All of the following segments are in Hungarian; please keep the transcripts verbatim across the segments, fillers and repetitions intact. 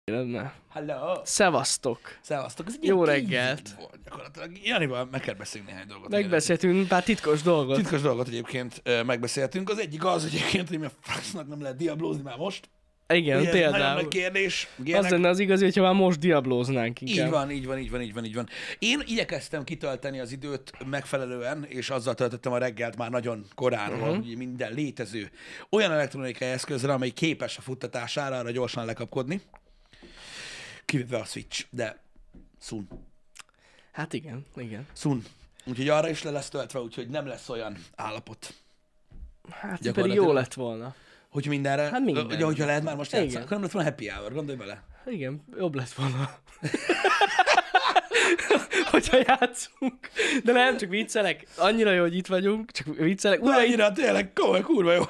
Lenne. Hello! Szevasztok! Szevasztok! Ez egy Jó ilyen reggelt. teasing volt gyakorlatilag. Janival meg kell beszélni néhány dolgot. Megbeszéltünk pár titkos dolgot. Titkos dolgot egyébként ö, megbeszéltünk. Az egyik az egyébként, hogy mi a francnak nem lehet diablózni már most. Igen, Ugye, ez nagyon például. nagy kérdés. Az Ilyenek. lenne az igazi, hogyha már most diablóznánk inkább. Így van, így van, így van, így van, így van. Én igyekeztem kitölteni az időt megfelelően, és azzal töltöttem a reggelt már nagyon korán, Uh-huh. uh-huh. hogy minden létező olyan elektronikai eszközre, amely képes a futtatására, arra gyorsan lekapkodni. Kivéve a Switch, de soon. Hát igen, igen. Soon. Úgyhogy arra is le lesz töltve, úgyhogy nem lesz olyan állapot. Hát pedig Gyakorlatilag. jó lett volna. Hogy mindenre, Hát mindenre. ugye, hogyha lehet már most Igen. játszani, akkor nem lett volna happy hour, gondolj bele. Igen, jobb lett volna. Hogyha játszunk. De nem, csak viccelek. Annyira jó, hogy itt vagyunk, csak viccelek. Na, Ura, itt... annyira tényleg komoly, kurva jó.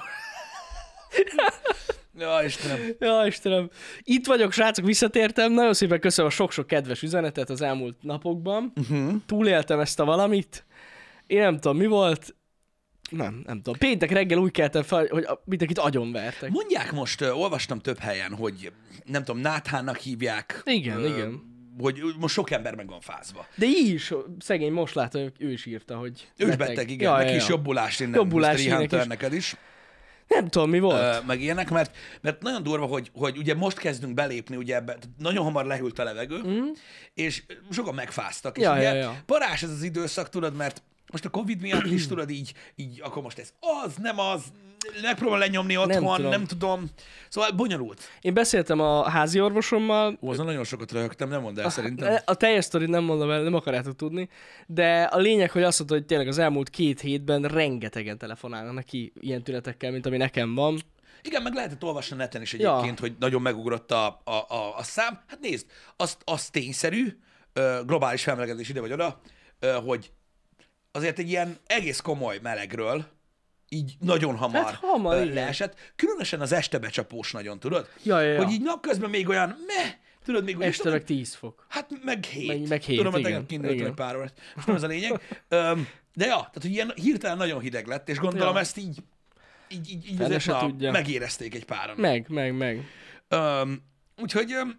Ja, Istenem. Ja, Istenem. Itt vagyok, srácok, visszatértem. Nagyon szépen köszönöm a sok-sok kedves üzenetet az elmúlt napokban. Uh-huh. Túléltem ezt a valamit. Én nem tudom, mi volt. Nem, nem tudom. Péntek reggel úgy keltem fel, hogy a- mindenkit agyonvertek. Mondják most, ö, olvastam több helyen, hogy nem tudom, Náthának hívják. Igen, ö, igen. Hogy most sok ember meg van fázva. De így is, szegény most látom, hogy ő is írta, hogy Ő is beteg, igen, Ja, neki ja, is ja. jobbulást innen, Jobbulást miszter neki Hunter, is. neked is. Nem tudom, mi volt. Ö, meg ilyenek, mert, mert nagyon durva, hogy, hogy ugye most kezdünk belépni, ugye ebbe, tehát nagyon hamar lehűlt a levegő, mm. és sokan megfáztak. Ja, és ugye ja, ja. parás ez az időszak, tudod, mert most a Covid miatt is tudod így, így, akkor most ez az, nem az, megpróbál lenyomni otthon, nem tudom. nem tudom. Szóval bonyolult. Én beszéltem a házi orvosommal, Ó, azon nagyon sokat röhögtem, nem mondd el szerintem. a teljes sztorit nem mondom el, nem akarjátok tudni, de a lényeg, hogy azt mondta, hogy tényleg az elmúlt két hétben rengetegen telefonálnak neki ilyen tünetekkel, mint ami nekem van. Igen, meg lehetett olvasni a neten is Ja. egyébként, hogy nagyon megugrott a, a, a, a szám. Hát nézd, az, az tényszerű, ö, globális felmelegedés ide vagy oda, ö, hogy azért egy ilyen egész komoly melegről így nagyon hamar, Hát hamar, ö, igen. leesett. Különösen az este becsapós nagyon, tudod? Ja, ja, ja. Hogy így napközben még olyan, meh, tudod, még úgy, Este tudom, meg tíz fok. hát meg hét. Meg- meg hét, Tudom, hogy igen. tegnap kindültem Igen. egy pár órát. Most nem ez a lényeg. Öm, de ja, tehát hogy ilyen hirtelen nagyon hideg lett, és gondolom Ja. ezt így, így, így, így Fele azért se na, tudja. megérezték egy páran. Meg, meg, meg. Öm, úgyhogy öm,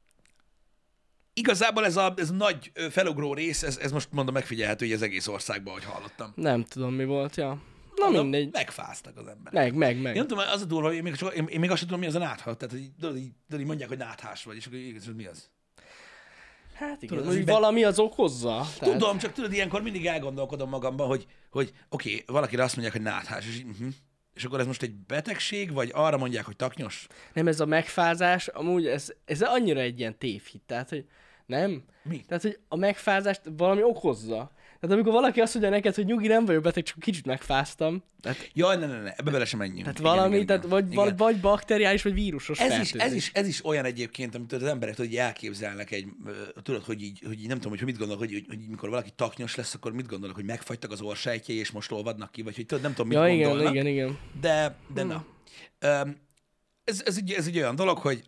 igazából ez a, ez a nagy ö, felugró rész, ez, ez most mondom megfigyelhető hogy az egész országban, hogy hallottam. Nem tudom, mi volt, ja. Na Mondom, mindegy. megfáztak az emberek. Meg, meg, meg. Én nem tudom, az a durva, hogy én még, csak, én, én még azt sem tudom, mi az a nátha. Tehát, hogy tudod, így, tudod, így mondják, hogy náthás vagy, és akkor így, hogy mi az? Hát igen, Tudod, hogy az így be- valami az okozza. Tehát... Tudom, csak tudod, ilyenkor mindig elgondolkodom magamban, hogy, hogy oké, okay, valakire azt mondják, hogy náthás, és, így, uh-huh. és akkor ez most egy betegség, vagy arra mondják, hogy taknyos? Nem, ez a megfázás, amúgy ez, ez annyira egy ilyen tévhit, tehát, hogy nem. Mi? Tehát, hogy a megfázást valami okozza. Tehát amikor valaki azt mondja neked, hogy nyugi, nem vagyok beteg, csak kicsit megfáztam. Tehát, Jaj, ne, ne, ne, ebbe bele sem menjünk. tehát Igen, valami, igen, tehát igen. vagy, Igen. vagy, vagy bakteriális, vagy vírusos Ez is, ez, fertőzés. is, ez is olyan egyébként, amit az emberek tudod, hogy elképzelnek egy, ö, tudod, hogy így, hogy így nem tudom, hogy mit gondolok, hogy, hogy, hogy így, mikor valaki taknyos lesz, akkor mit gondolok, hogy megfagytak az orsejtjei, és most olvadnak ki, vagy hogy tudod, nem tudom, mit Ja, igen, gondolnak. igen, igen. De, de na. Öm, Ez, ez, egy, ez egy olyan dolog, hogy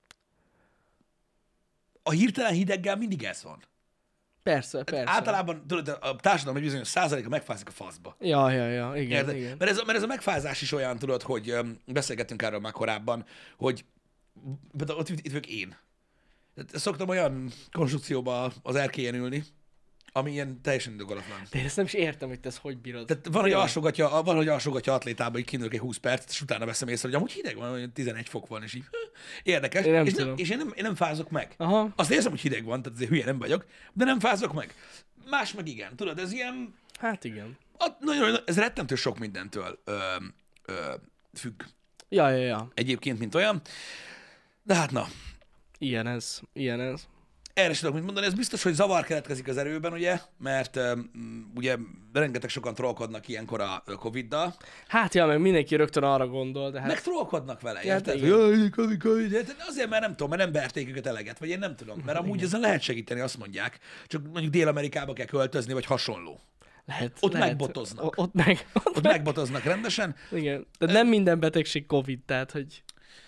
a hirtelen hideggel mindig ez van. Persze, persze. Általában tudod, a társadalom egy bizonyos százaléka megfázik a faszba. Ja, ja, ja, igen, Érted? igen. Mert, ez, a- mert ez a megfázás is olyan, tudod, hogy öm, beszélgettünk erről már korábban, hogy például ott itt, itt vagyok én. Tehát szoktam olyan konstrukcióba az erkélyen ülni, ami ilyen teljesen indokolatlan. De én ezt nem is értem, hogy te ezt hogy bírod. Tehát van, hogy alsogatja, van, hogy alsogatja atlétába, így kinülök egy húsz percet, és utána veszem észre, hogy amúgy hideg van, olyan tizenegy fok van, és így hö, érdekes. Én nem és, nem, tudom. és én, nem, én nem fázok meg. Aha. Azt érzem, hogy hideg van, tehát azért hülye nem vagyok, de nem fázok meg. Más meg igen, tudod, ez ilyen, Hát igen. a, nagyon, ez rettentő sok mindentől ö, ö, függ Ja, ja, ja. egyébként, mint olyan. De hát na, Ilyen ez, ilyen ez. erre is tudok mit mondani, ez biztos, hogy zavar keletkezik az erőben, ugye, mert um, ugye rengeteg sokan trollkodnak ilyenkor a Coviddal, Hát ja, meg mindenki rögtön arra gondol, de hát... meg trollkodnak vele, Ja, érted? igen. Jaj, Covid, Covid. Hát azért, mert nem tudom, mert nem verték őket eleget, vagy én nem tudom, mert amúgy ezen lehet segíteni, azt mondják, csak mondjuk Dél-Amerikába kell költözni, vagy hasonló. Lehet, Ott lehet. megbotoznak. O- ott meg, ott, Ott megbotoznak rendesen. Igen. De nem minden betegség Covid, tehát hogy...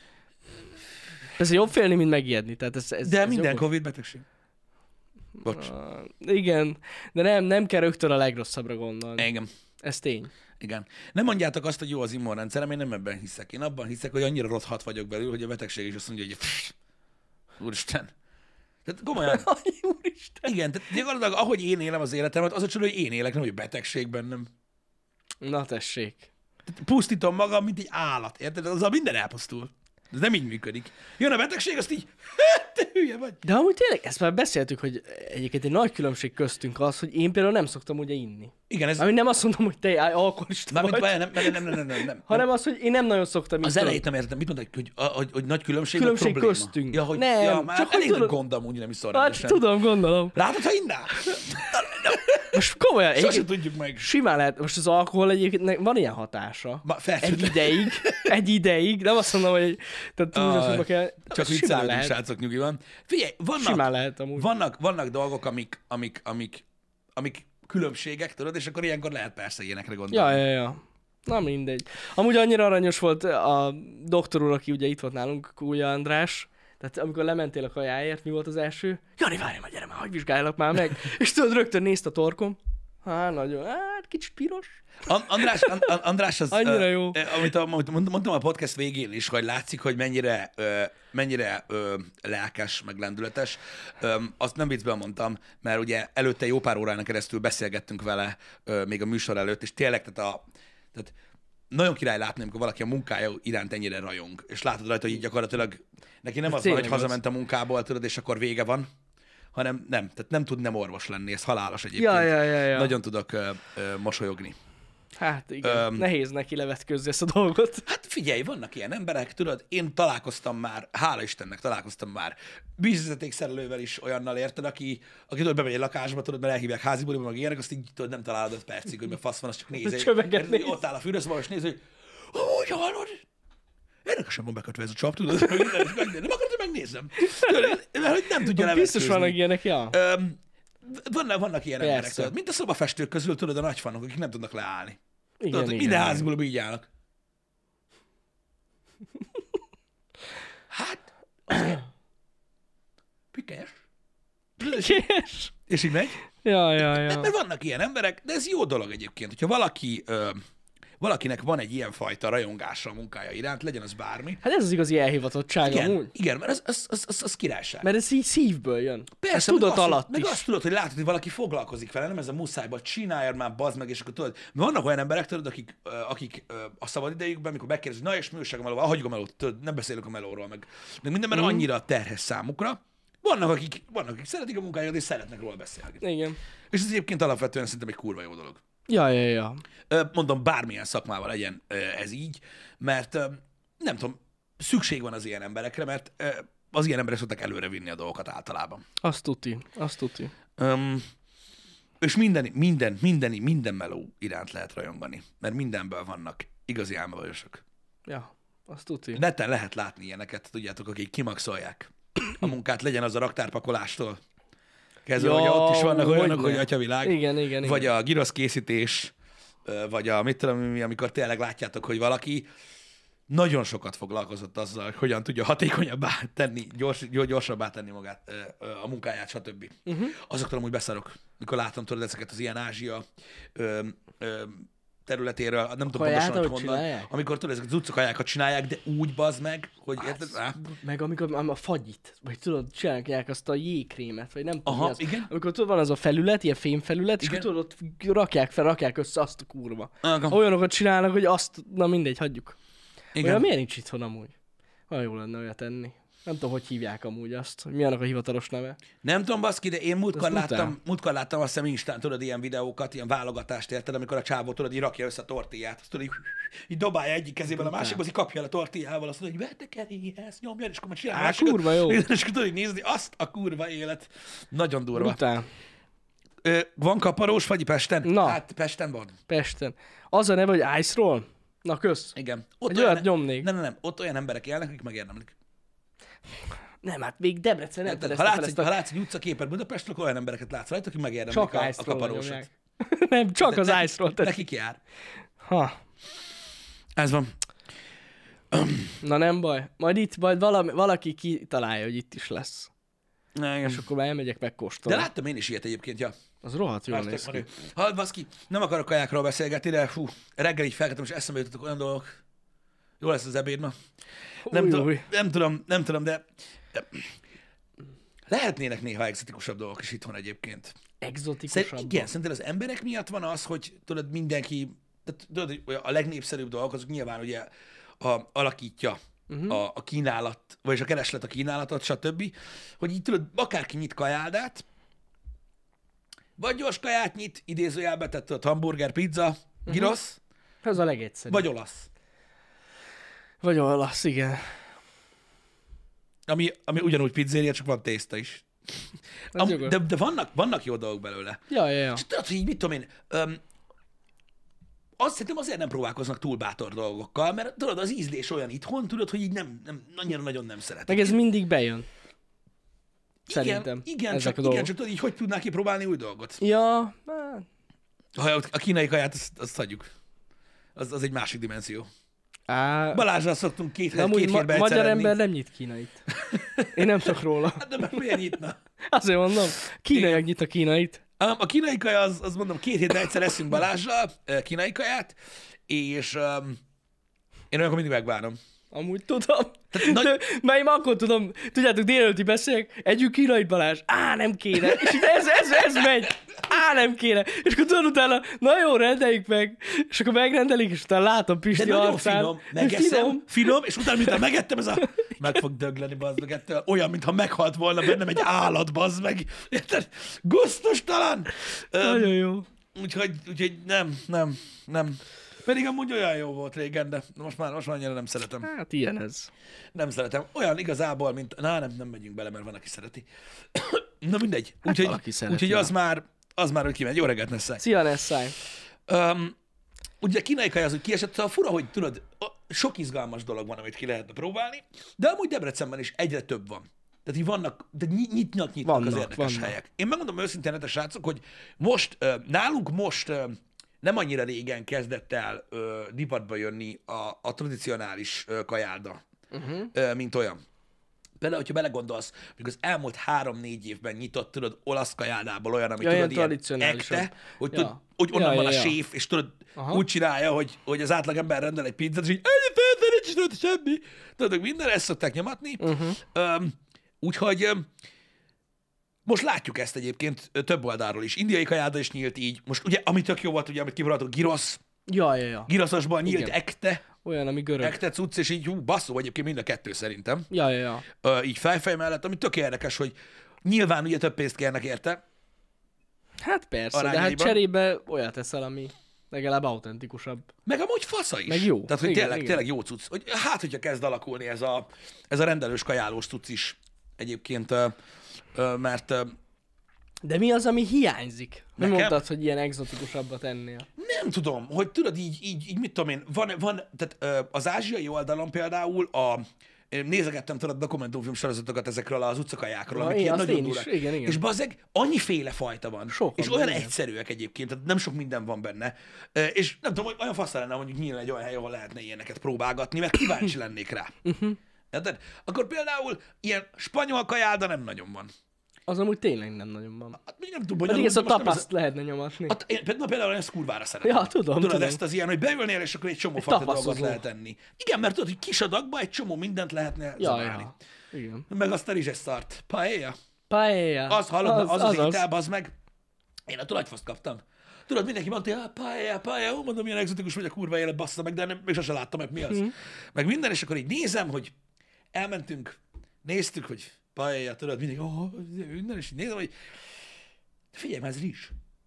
Ez jobb félni, mint megijedni. Tehát ez, ez, De ez minden jogos. Covid betegség. Bocs. Uh, igen, de nem, nem kell rögtön a legrosszabbra gondolni. Engem. Ez tény. Igen. Nem mondjátok azt, hogy jó az immunrendszerem, én nem ebben hiszek. Én abban hiszek, hogy annyira rothat vagyok belül, hogy a betegség is azt mondja, hogy pff, Úristen. Tehát komolyan. Úristen. Igen, tehát gyakorlatilag ahogy én élem az életemet, az a csoda, hogy én élek, nem hogy betegség bennem. Na tessék. Tehát pusztítom magam, mint egy állat, érted? Azzal minden elpusztul. Ez nem így működik. Jön a betegség, azt így, te hülye vagy. De amúgy tényleg, ezt már beszéltük, hogy egyébként egy nagy különbség köztünk az, hogy én például nem szoktam ugye inni. Igen, ez... Ami nem azt mondom, hogy te alkoholista Mármint, vagy, nem, nem, nem, nem, nem, nem, nem. hanem az, hogy én nem nagyon szoktam Az inni. elejét nem értem, mit mondtad, hogy, hogy, hogy, hogy nagy különbség, Különbség vagy probléma? köztünk. Ja, hogy Nem, ja, már csak elég hogy nagy tudod- gond amúgy, nem is szar Hát rendesen. tudom, gondolom. Látod, ha innál? Most komolyan, Sose egyébként tudjuk meg. simán lehet, most az alkohol egyébként nek- van ilyen hatása. Ma, Egy feltűnt. ideig, egy ideig, nem azt mondom, hogy tehát túlzásokba kell. Csak simán viccelődünk, lehet. srácok, nyugi van. Figyelj, vannak, Simán lehet amúgy. vannak, vannak dolgok, amik, amik, amik, amik különbségek, tudod, és akkor ilyenkor lehet persze ilyenekre gondolni. Ja, ja, ja. Na mindegy. Amúgy annyira aranyos volt a doktor úr, aki ugye itt volt nálunk, Kúja András. Tehát amikor lementél a kajáért, mi volt az első? Jani, várj már, gyere már, hogy vizsgáljalak már meg. És tudod, rögtön nézd a torkom. Há, nagyon, hát kicsit piros. An- András, An- An- András az, Annyira ö, jó. ö, amit a, amit mondtam a podcast végén is, hogy látszik, hogy mennyire, ö, mennyire ö, lelkes, meg lendületes. Ö, azt nem viccből mondtam, mert ugye előtte jó pár órán keresztül beszélgettünk vele, ö, még a műsor előtt, és tényleg, tehát, a, tehát nagyon király látni, amikor valaki a munkája iránt ennyire rajong, és látod rajta, hogy így gyakorlatilag neki nem az van, hogy tényleg az. hazament a munkából, tudod, és akkor vége van, hanem nem, tehát nem tud nem orvos lenni, ez halálos egyébként. Ja, ja, ja, ja. Nagyon tudok ö, ö, mosolyogni. Hát igen, Öm. nehéz neki levetközni ezt a dolgot. Hát figyelj, vannak ilyen emberek, tudod, én találkoztam már, hála Istennek találkoztam már vízvezetékszerelővel is olyannal, érted, aki, aki tudod, bemegy egy lakásba, tudod, mert elhívják házi buliba, meg ilyenek, azt így tudod, nem találod öt percig, hogy mi a fasz van, azt csak néz, Csöveget érted, néz. ott áll a fűrőszobában, és néz, hogy úgy hallod, érdekesen van bekötve ez a csap, tudod, hogy minden is megnézem, nem akarod, hogy megnézzem. Tudod, mert hogy nem tudja Biztos vannak levetkőzni. ilyenek, ja. Öm, vannak, vannak ilyen Persze. emberek, tudod, mint a szobafestők közül, tudod, a nagyfanok, akik nem tudnak leállni. Igen, Tudod, hogy igen, minden igen. házi buliba így állnak. Hát, azért pikes. Kés. És így megy. Ja, ja, Mert, ja. mert vannak ilyen emberek, de ez jó dolog egyébként, hogyha valaki, ö, valakinek van egy ilyen fajta rajongása a munkája iránt, legyen az bármi. Hát ez az igazi elhivatottság Igen, amúgy. igen, mert az, az, az, az, az királyság. Mert ez így szívből jön. Persze, Ez meg tudat azt, alatt meg is. azt tudod, hogy látod, hogy valaki foglalkozik vele, nem ez a muszájban, csináljad már, bazd meg, és akkor tudod, mert vannak olyan emberek, tudod, akik, ö, akik ö, a szabad idejükben, amikor megkérdezik, na és mi újság a melóval, hagyjuk a melót, tudod, nem beszélünk a melóról, meg, meg minden, mert Mhm. annyira terhes számukra. Vannak akik, vannak, akik szeretik a munkájukat, és szeretnek róla beszélgetni. Igen. És ez egyébként alapvetően szerintem egy kurva jó dolog. Ja, ja, ja. Ö, Mondom, bármilyen szakmával legyen ö, ez így, mert ö, nem tudom, szükség van az ilyen emberekre, mert ö, az ilyen emberek szoktak előre vinni a dolgokat általában. Azt tuti, azt tuti. Um, és minden, minden, minden, minden meló iránt lehet rajongani, mert mindenből vannak igazi álmavajosok. Ja, azt tuti. Neten lehet látni ilyeneket, tudjátok, akik kimaxolják a munkát, legyen az a raktárpakolástól kezdve, Ja, hogy ott is vannak olyanok, hogyne. hogy atyavilág, Igen, igen, vagy igen. a giroszkészítés, ö, vagy a mit tudom mi, amikor tényleg látjátok, hogy valaki nagyon sokat foglalkozott azzal, hogy hogyan tudja hatékonyabbá tenni, gyors, gyorsabbá tenni magát, ö, ö, a munkáját, stb. Uh-huh. Azoktól amúgy beszarok, mikor látom, tudod, ezeket az ilyen Ázsia ö, ö, területéről, nem tudom Kaját, pontosan, hogy ahogy honnan, csinálják? amikor tudod, ezeket az utcakajákat csinálják, de úgy bazd meg, hogy Hát, érted? Á, Meg amikor a fagyit, vagy tudod, csinálják azt a jégkrémet, vagy nem tudom Aha, mi az. igen. Amikor tudod, van az a felület, ilyen fémfelület, és Igen. akkor tudod, ott rakják fel, rakják össze azt a kurva. Aha. Olyanokat csinálnak, hogy azt, na mindegy, hagyjuk. igen. Olyan miért nincs itthon amúgy? Olyan jó lenne olyat tenni. Nem tudom, hogy hívják amúgy azt, hogy mi annak a hivatalos neve. Nem tudom, baszki, de én múltkor Ez brutál. láttam, múltkor láttam azt hiszem Instán, tudod, ilyen videókat, ilyen válogatást, érted, amikor a csávó, tudod, így rakja össze a tortillát, azt tudod, így, így dobálja egyik kezével a másikba, az így kapja el a tortillával, azt mondja, hogy vette keréhez, nyomjad, és akkor majd csinálja. Á, a másikat. kurva jó. És akkor tudod így nézni, azt a kurva élet. Nagyon durva. Brutál. Ö, van kaparós fagyi Pesten? Na. Hát Pesten van. Pesten. Az a neve, hogy Ice Roll? Na kösz. Igen. Ott Egy olyat nyomnék. Nem, nem, nem. Ott olyan emberek élnek, akik megérdemlik. Nem, hát még Debrecen nem Tehát, ha, fedezte fel látsz ezt egy, a... ha látsz egy utcaképet Budapestről, akkor olyan embereket látsz rajta, akik megérdemlik Csak a, Ice a Roll kaparósat. nyomják. Nem, csak az Nekik- Ice Roll. tesz- Nekik jár. Ha. Ez van. Na nem baj. Majd itt, majd valami, valaki kitalálja, hogy itt is lesz. Igen. És akkor már elmegyek De megkóstolni. láttam én is ilyet egyébként, ja. Az rohadt jól Azt néz tök ki. menő. Hallod, baszki, nem akarok kajákról beszélgetni, de fú, reggel így felkeltem, és eszembe jutottak olyan dolgok. Jó lesz az ebéd ma. Nem, Új, tudom, új. nem tudom, nem tudom, de de Lehetnének néha egzotikusabb dolgok is itthon egyébként. Exotikusabb. Szerintem, igen, szerintem az emberek miatt van az, hogy tudod, mindenki, tehát, tudod, hogy a legnépszerűbb dolgok, azok nyilván ugye a, alakítja uh-huh. a, a kínálat, vagyis a kereslet a kínálatot, stb. Hogy így tudod, akárki nyit kajáldát, vagy gyors kaját nyit, idézőjelbe, tehát tudod, hamburger, pizza, uh-huh. gyrosz, ez a legegyszerűbb. vagy olasz. Vagy olasz, igen. Ami, ami ugyanúgy pizzéria, csak van tészta is. Am, de de vannak, vannak jó dolgok belőle. Ja, ja, ja. És tudod, hogy így mit tudom én, öm, azt szerintem azért nem próbálkoznak túl bátor dolgokkal, mert tudod, az ízlés olyan itthon, tudod, hogy így nem, nem annyira nagyon nem szeretik. Meg ez mindig bejön. Igen, Szerintem. igen, ezek csak, a igen, csak tudod, így hogy tudnák kipróbálni új dolgot. Ja, hát. Ha a kínai kaját, azt, azt hagyjuk. Az, az egy másik dimenzió. Á, Balázsral szoktunk két, két amúgy hétbe ma- magyar egyszer ember enni. nem nyit kínait. Én nem csak róla. Hát de meg miért nyitna? Azért mondom, kínaiak nyit a kínait. Um, a kínai kaja, az, az mondom, két hétben egyszer eszünk Balázsral uh, kínai kaját, és um, én olyankor mindig megvárom. Amúgy tudom. Tehát nagy- De, mert én már akkor tudom, tudjátok, délelőtti beszélek, együk kínait, Balázs, á, nem kéne. És így ez, ez, ez megy. Á, nem kéne. És akkor tudod utána, na jó, rendeljük meg. És akkor megrendelik, és utána látom De Pisti nagyon arcán. finom, megeszem, Finom. finom, és utána, miután megettem, ez a... Meg fog dögleni, bazd meg ettől. Olyan, mintha meghalt volna bennem egy állat, bazd meg. Érted? Gusztustalan. Nagyon Um, jó. úgyhogy, úgyhogy nem, nem, nem. Pedig amúgy olyan jó volt régen, de most már, most már annyira nem szeretem. Hát ilyen ez. Nem szeretem. Olyan igazából, mint... Na, nem, nem megyünk bele, mert van, aki szereti. Na mindegy. Úgyhogy, valaki szereti, úgyhogy ja. az már, az már, hogy kimegy. Jó reggelt, Nessai. Szia, Nessai. Um, ugye a kínai kaja az, hogy kiesett, szóval fura, hogy tudod, sok izgalmas dolog van, amit ki lehetne próbálni, de amúgy Debrecenben is egyre több van. Tehát így vannak, de nyitnak, nyitnak Vannak, az érdekes vannak. helyek. Én megmondom őszintén, netes srácok, hogy most, uh, nálunk most uh, nem annyira régen kezdett el uh, divatba jönni a, a tradicionális uh, kajálda, uh-huh. uh, mint olyan. Például, hogyha belegondolsz, hogy az elmúlt három-négy évben nyitott, tudod, olasz kajáldából olyan, ami Ja, tudod, ilyen ilyen tradicionálisabb. ekte, hogy, Ja. tudod, hogy onnan Ja, van ja, a ja. séf, és tudod, Aha. úgy csinálja, hogy, hogy az átlag ember rendel egy pizzát, és így ennyi pénzre nincs tudod semmi. Tudod, minden ezt szokták nyomatni. Uh-huh. Um, úgyhogy um, most látjuk ezt egyébként ö, több oldalról is. Indiai kajáda is nyílt így. Most ugye, ami tök jó volt, ugye, amit kipróbáltuk, gyrosz. Ja, ja, ja. Gyroszosban nyílt Igen. ekte, Olyan, ami görög. ekte cucc, és így hú, basszó egyébként mind a kettő szerintem. Ja, ja, ja. Ö, így fejfej mellett, ami tök érdekes, hogy nyilván ugye több pénzt kérnek érte. Hát persze, de hát Arányaiban. cserébe olyat teszel, ami legalább autentikusabb. Meg amúgy fasza is. Meg jó. Tehát, hogy Igen, tényleg, igen. tényleg jó cucc. Hogy hát, hogyha kezd alakulni ez a, ez a rendelős kajálós cucc is egyébként, ö, ö, mert ö, De mi az, ami hiányzik? Nem Nekem? mondtad, hogy ilyen exotikusabbat ennél. nem tudom, hogy tudod, így, így, így mit tudom én, van, van tehát ö, az ázsiai oldalon például a én nézegettem, tudod, dokumentumfilm sorozatokat ezekről az utcakajákról, Na, amik én- ilyen azt nagyon én is. durák. Igen, igen. És bazzeg, annyiféle fajta van. Sok és van olyan benne. egyszerűek egyébként, tehát nem sok minden van benne. Ö, És nem tudom, hogy olyan fasz lenne mondjuk nyílni egy olyan hely, ahol lehetne ilyeneket próbálgatni, mert kíváncsi lennék rá. Mhm. Érted? Akkor például ilyen spanyol kajálda nem nagyon van. Az amúgy tényleg nem nagyon van. Hát még nem tudom, Pedig hogy ezt a most nem ez- tapaszt lehetne nyomatni. Hát, én, na, például én ezt kurvára szeretem. Ja, tudom, Tudod, tudom. ezt az ilyen, hogy beülnél, és akkor egy csomó fajta dolgot tapaszozó. lehet enni. Igen, mert tudod, hogy kis adagba egy csomó mindent lehetne Ja, zabálni. ja. Igen. Meg azt a rizses szart. Paella. Paella. Az hallod, az az, az, az. étel, az meg. Én attól agyfaszt kaptam. Tudod, mindenki mondta, hogy paella, paella, ó, mondom, milyen egzotikus vagy a kurva élet, bassza meg, de nem, még sose láttam meg, mi az. Hmm. Meg minden, és akkor így nézem, hogy elmentünk, néztük, hogy paella, tudod, mindig, ó, oh, minden, és így nézem, hogy figyelj már, ez rizs.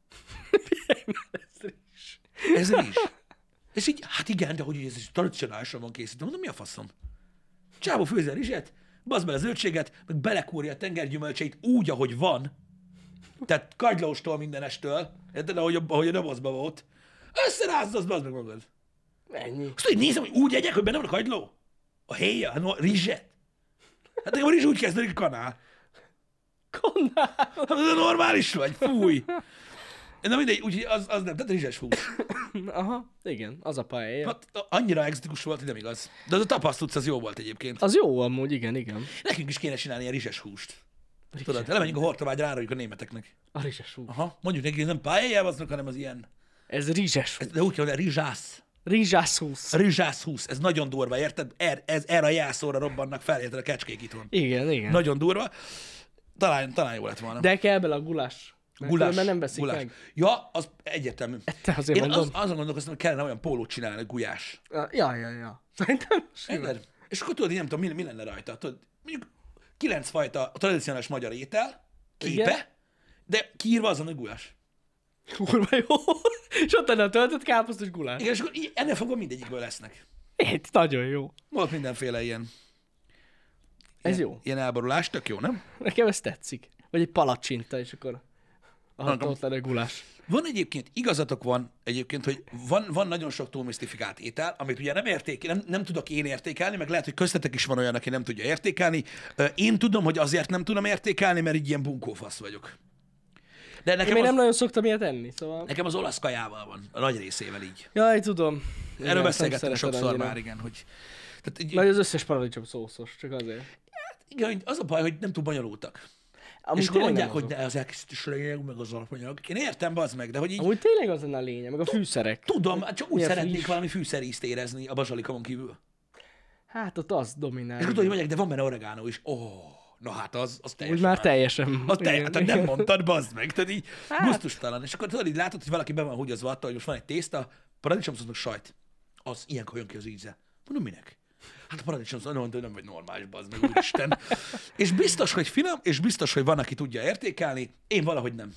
Ez rizs. És így, hát igen, de hogy ez is tradicionálisan van készítve. Mondom, mi a faszom? Csávó főzi a rizset, bazd be a zöldséget, meg belekúrja a tengergyümölcseit úgy, ahogy van. Tehát kagylóstól mindenestől. Érted, ahogy a, ahogy a dobozba volt. Összerázd, az bazd meg magad. Ennyi. Azt így nézem, hogy úgy egyek, hogy benne van a kagyló. A héja, hát no, rizset. Hát nekem a rizs úgy kezdődik a kanál. Konnál. Hát ez normális vagy, fúj. Na mindegy, úgyhogy az, az nem, tehát rizses hús. Aha, igen, az a paella. Hát annyira egzotikus volt, hogy nem igaz. De az a tapasztutsz, az jó volt egyébként. Az jó amúgy, igen, igen. Nekünk is kéne csinálni ilyen rizses húst. Tudod, lemegyünk a Hortobágyra, áruljuk a németeknek. A rizses hús. Aha, mondjuk neki, nem paella aznak, hanem az ilyen. Ez rizses hús. De úgy kell, hogy rizsász. Rizsász hús. Rizsász húsz. Ez nagyon durva, érted? Er, ez, erre a jelszóra robbannak fel, érted, a kecskék itthon. Igen, igen. Nagyon durva. talán, talán jó lett volna. De kell bele a gulás. Gulás, Mert nem veszik gulás. meg. Ja, az egyértelmű. Te azért Én mondom. az, azon gondolkoztam, hogy kellene olyan pólót csinálni, hogy gulyás. Ja, ja, ja. Szerintem simán. Érted? És akkor tudod, én nem tudom, mi, mi lenne rajta. Tudod, mondjuk kilenc fajta tradicionális magyar étel, képe, Igen. de kiírva azon, hogy gulyás. Kurva jó. És ott lenne a töltött káposztos gulás. Igen, és akkor így, ennél fogva mindegyikből lesznek. Itt nagyon jó. Volt mindenféle ilyen, Ez ilyen, jó. ilyen elborulás, tök jó, nem? Nekem ez tetszik. Vagy egy palacsinta, és akkor ahol Nekem- ott lenne gulás. Van egyébként, igazatok van egyébként, hogy van, van nagyon sok túlmisztifikált étel, amit ugye nem, érték, nem, nem tudok én értékelni, meg lehet, hogy köztetek is van olyan, aki nem tudja értékelni. Ö, Én tudom, hogy azért nem tudom értékelni, mert így ilyen bunkófasz vagyok. De Én nekem még az, nem nagyon szoktam ilyet enni, szóval... nekem az olasz kajával van, a nagy részével így. Jaj, tudom. Erről Igen, beszélgettünk nem szereted sokszor annyira. már, igen, hogy... Tehát, így, Nagy az összes paradicsom szószos, csak azért. igen, hogy az a baj, hogy nem túl bonyolultak. Amúgy És akkor tényleg mondják, nem hogy azok. de az elkészítés lényeg, meg az alapanyag. Én értem, bazd meg, de hogy így Amúgy tényleg az lenne a lényeg, meg a fűszerek. tudom, hát csak úgy Milyen szeretnék friss. valami fűszerízt érezni a bazsalikomon kívül. Hát ott az dominál. És akkor tudod, hogy mondják, de van benne oregánó is. Ó, oh, na hát az, az Úgy teljesen. már más. teljesen. Az te, igen, hát nem igen. mondtad, bazd meg, tehát így Hát. hát. gusztustalan. És akkor tudod, így látod, hogy valaki be van húgyozva attól, hogy most van egy tészta, paradicsomszóznak sajt. Az ilyenkor jön ki az íze. Mondom, minek? Hát a paradicsomszóz mondta, hogy nem vagy normális, bazd meg, úristen. És biztos, hogy finom, és biztos, hogy van, aki tudja értékelni. Én valahogy nem.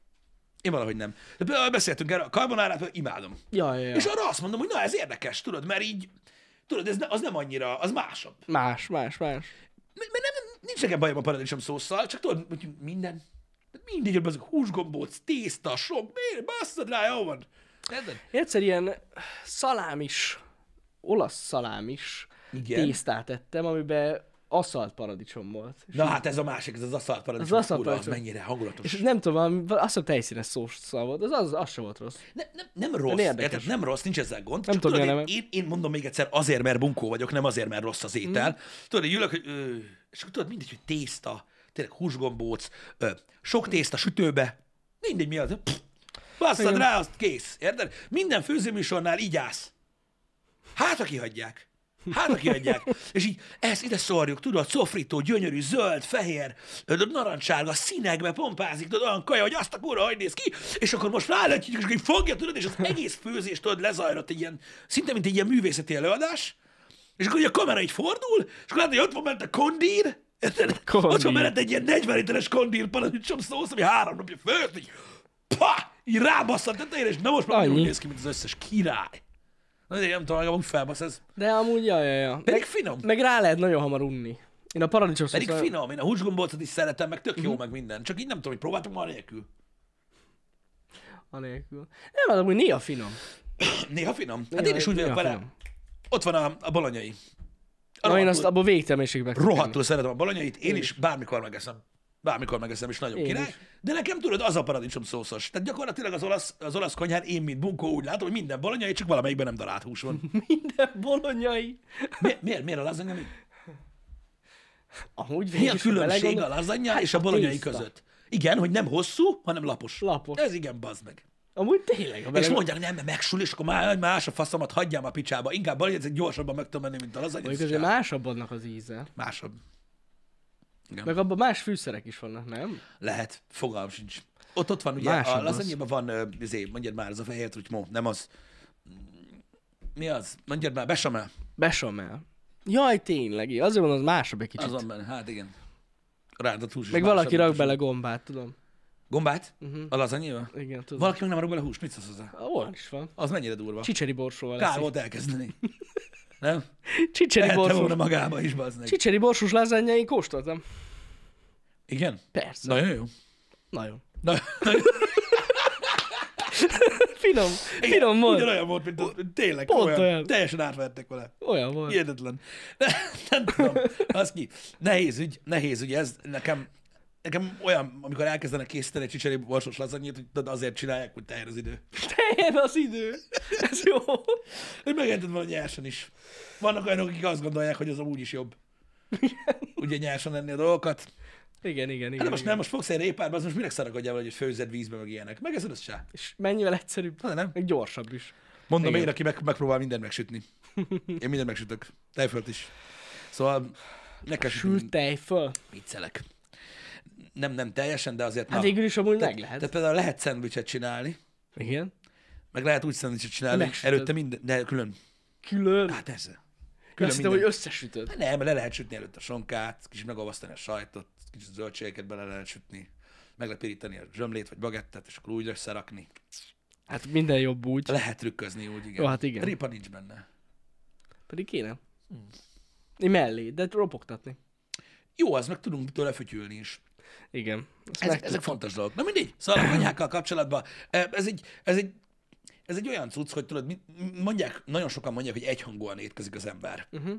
Én valahogy nem. De például beszéltünk erről, a carbonárát például imádom. Ja, ja, ja. És arra azt mondom, hogy na ez érdekes, tudod, mert így, tudod, ez ne, az nem annyira, az másabb. Más, más, más. Mert nem, nem, nincs nekem bajom a paradicsom szósszal, csak tudod, hogy minden, mindegy, hogy azok húsgombóc, tészta, sok, miért, basszad rá, jó van. Érted? Én egyszer ilyen szalámis, olasz szalámis Igen. tésztát ettem, amiben aszalt paradicsom volt. És, Na hát ez a másik, ez az aszalt paradicsom, Az aszalt kurva, az paradicsom. mennyire hangulatos. és nem tudom, azt hiszem tejszínes szószal volt, az, az, az sem volt rossz. Nem, nem, nem rossz, érdekes. érted? Nem rossz, nincs ezzel gond. Nem Csak tudom, tudod, milyen én, én, én, mondom még egyszer, azért, mert bunkó vagyok, nem azért, mert rossz az étel. Mm. Tudod, hogy ülök, hogy, ö, és akkor tudod, mindegy, hogy tészta, tényleg húsgombóc, ö, sok tészta sütőbe, mindegy mi az, pff, basszad Igen. rá, azt kész, érted? Minden főzőműsornál így állsz. Hát, ha kihagyják. Hát, ha kihagyják. És így ezt ide szórjuk, tudod, szofritó, gyönyörű, zöld, fehér, ö, narancssárga, színekbe pompázik, tudod, olyan kaja, hogy azt a kurva, hogy néz ki, és akkor most ráletjük, és akkor így fogja, tudod, és az egész főzés, tudod, lezajlott egy ilyen, szinte mint egy ilyen művészeti előadás, és akkor ugye a kamera így fordul, és akkor látod, hogy ott van bent a kondír, érted? Kondír. Ott van mellett egy ilyen negyven literes kondír paradicsom szósz, ami három napja főtt, így, pá, így rábasszant tetejére, és na most már úgy Annyi. néz ki, mint az összes király. Na, de nem tudom, hogy felbasz ez. De amúgy, ja, ja, ja. Pedig Meg, finom. meg rá lehet nagyon hamar unni. Én a paradicsom Pedig szószal... finom, én a húsgombócot is szeretem, meg tök jó, meg minden. Csak így nem tudom, hogy próbáltam már nélkül. Anélkül. Nem, amúgy néha finom. Néha finom. Hát Néha- én is úgy vagyok néha vele. finom. Ott van a, a bolonyai. Na, én azt abból végtelenségig meg tudom Rohadtul szeretem a bolonyait, én Én is bármikor megeszem. Bármikor megeszem, és nagyon Én király. is. De nekem tudod, az a paradicsom szószos. Tehát gyakorlatilag az olasz, az olasz konyhán én, mint bunkó, úgy látom, hogy minden bolonyai, csak valamelyikben nem darált hús van. Minden bolonyai. Mi, miért? Miért a lazanya? Mi, Amúgy mi a végig, ha különbség a belegondol- lazanya Hát és a a bolonyai tészta. között? Igen, hogy nem hosszú, hanem lapos. Lapos. Ez igen, bazd meg. Amúgy tényleg, ha És belegondol- mondják, nem, mert megsül, és akkor már más a faszomat, hagyjam a picsába. Inkább valahogy ezek gyorsabban meg tudom menni, mint a lazanya. Mondjuk azért másabb annak az íze. Másabb. Igen. Meg abban más fűszerek is vannak, nem? Lehet, fogalmam sincs. Ott, ott van, ugye, Másabb a az. lazanyában van, ö, izé, mondjad már, ez a fehér trutymó, nem az. Mi az? Mondjad már, besamel. Besamel. Jaj, tényleg, azért mondom, az másabb egy kicsit. Az van benne, hát igen. Rántott hús is Meg másabb, valaki rak mint a bele só. gombát, tudom. Gombát? Uh-huh. A lazanyéba? Igen, tudom. Valaki meg nem rak bele húst, mit szólsz hozzá? Ah, olyan is van. Az mennyire durva. Csicseri borsóval Kár lesz. volt elkezdeni. Nem? Csicseri Ehette volna borsós. magába is, bazd meg. Csicseri borsós lázányja, én kóstoltam. Igen? Persze. Nagyon jó. Nagyon. Na, Finom. igen, Finom volt. ugyanolyan volt, mint az, tényleg. Pont olyan. olyan. Teljesen átvertek vele. Olyan volt. Hihetetlen. De, nem tudom. Az ki. Nehéz ügy, nehéz ügy ez. Nekem, nekem olyan, amikor elkezdenek készíteni egy csicseri borsos lazanyét, hogy tudod, azért csinálják, hogy teljen az idő. Teljen az idő. Ez jó. Hogy megented volna nyersen is. Vannak olyanok, akik azt gondolják, hogy az amúgy is jobb. Ugye nyersen enni a dolgokat. Igen, igen, igen. Hát most igen. nem, most fogsz egy répárba, az most minek szarakodjál vele, hogy főzed vízbe, meg ilyenek. Megeszed azt se. És mennyivel egyszerűbb. Na, de nem. Meg gyorsabb is. Mondom Igen. én, aki meg, megpróbál mindent megsütni. Én mindent megsütök. Tejfölt is. Szóval ne kell sütni. Sült tej föl. Viccelek. Nem, nem teljesen, de azért... Hát na. végül is amúgy Tehát- meg lehet. Tehát például lehet szendvicset csinálni, Igen. meg lehet úgy szendvicset csinálni, Megsütöd. előtte minden, de külön. Külön. Hát ez. Azt Külön hittem, minden. hogy összesütöd. Nem, le lehet sütni előtt a sonkát, kicsit megolvasztani a sajtot, kicsit zöldségeket bele lehet sütni, meg lehet pirítani a zsömlét vagy bagettet, és akkor úgy összerakni. Hát minden jobb úgy. Lehet trükközni úgy, igen. Jó, hát igen. Ripa nincs benne. Pedig kéne. Én mellé, de ropogtatni. Jó, az meg tudunk tőle fütyülni is. Igen. Azt Ezek, meg ezek fontos dolgok. Na mindegy. Szóval a konyhákkal kapcsolatban eh, ez egy, ez egy, ez egy olyan cucc, hogy tudod, mit- mondják, nagyon sokan mondják, hogy egyhangúan étkezik az ember. Uh-huh.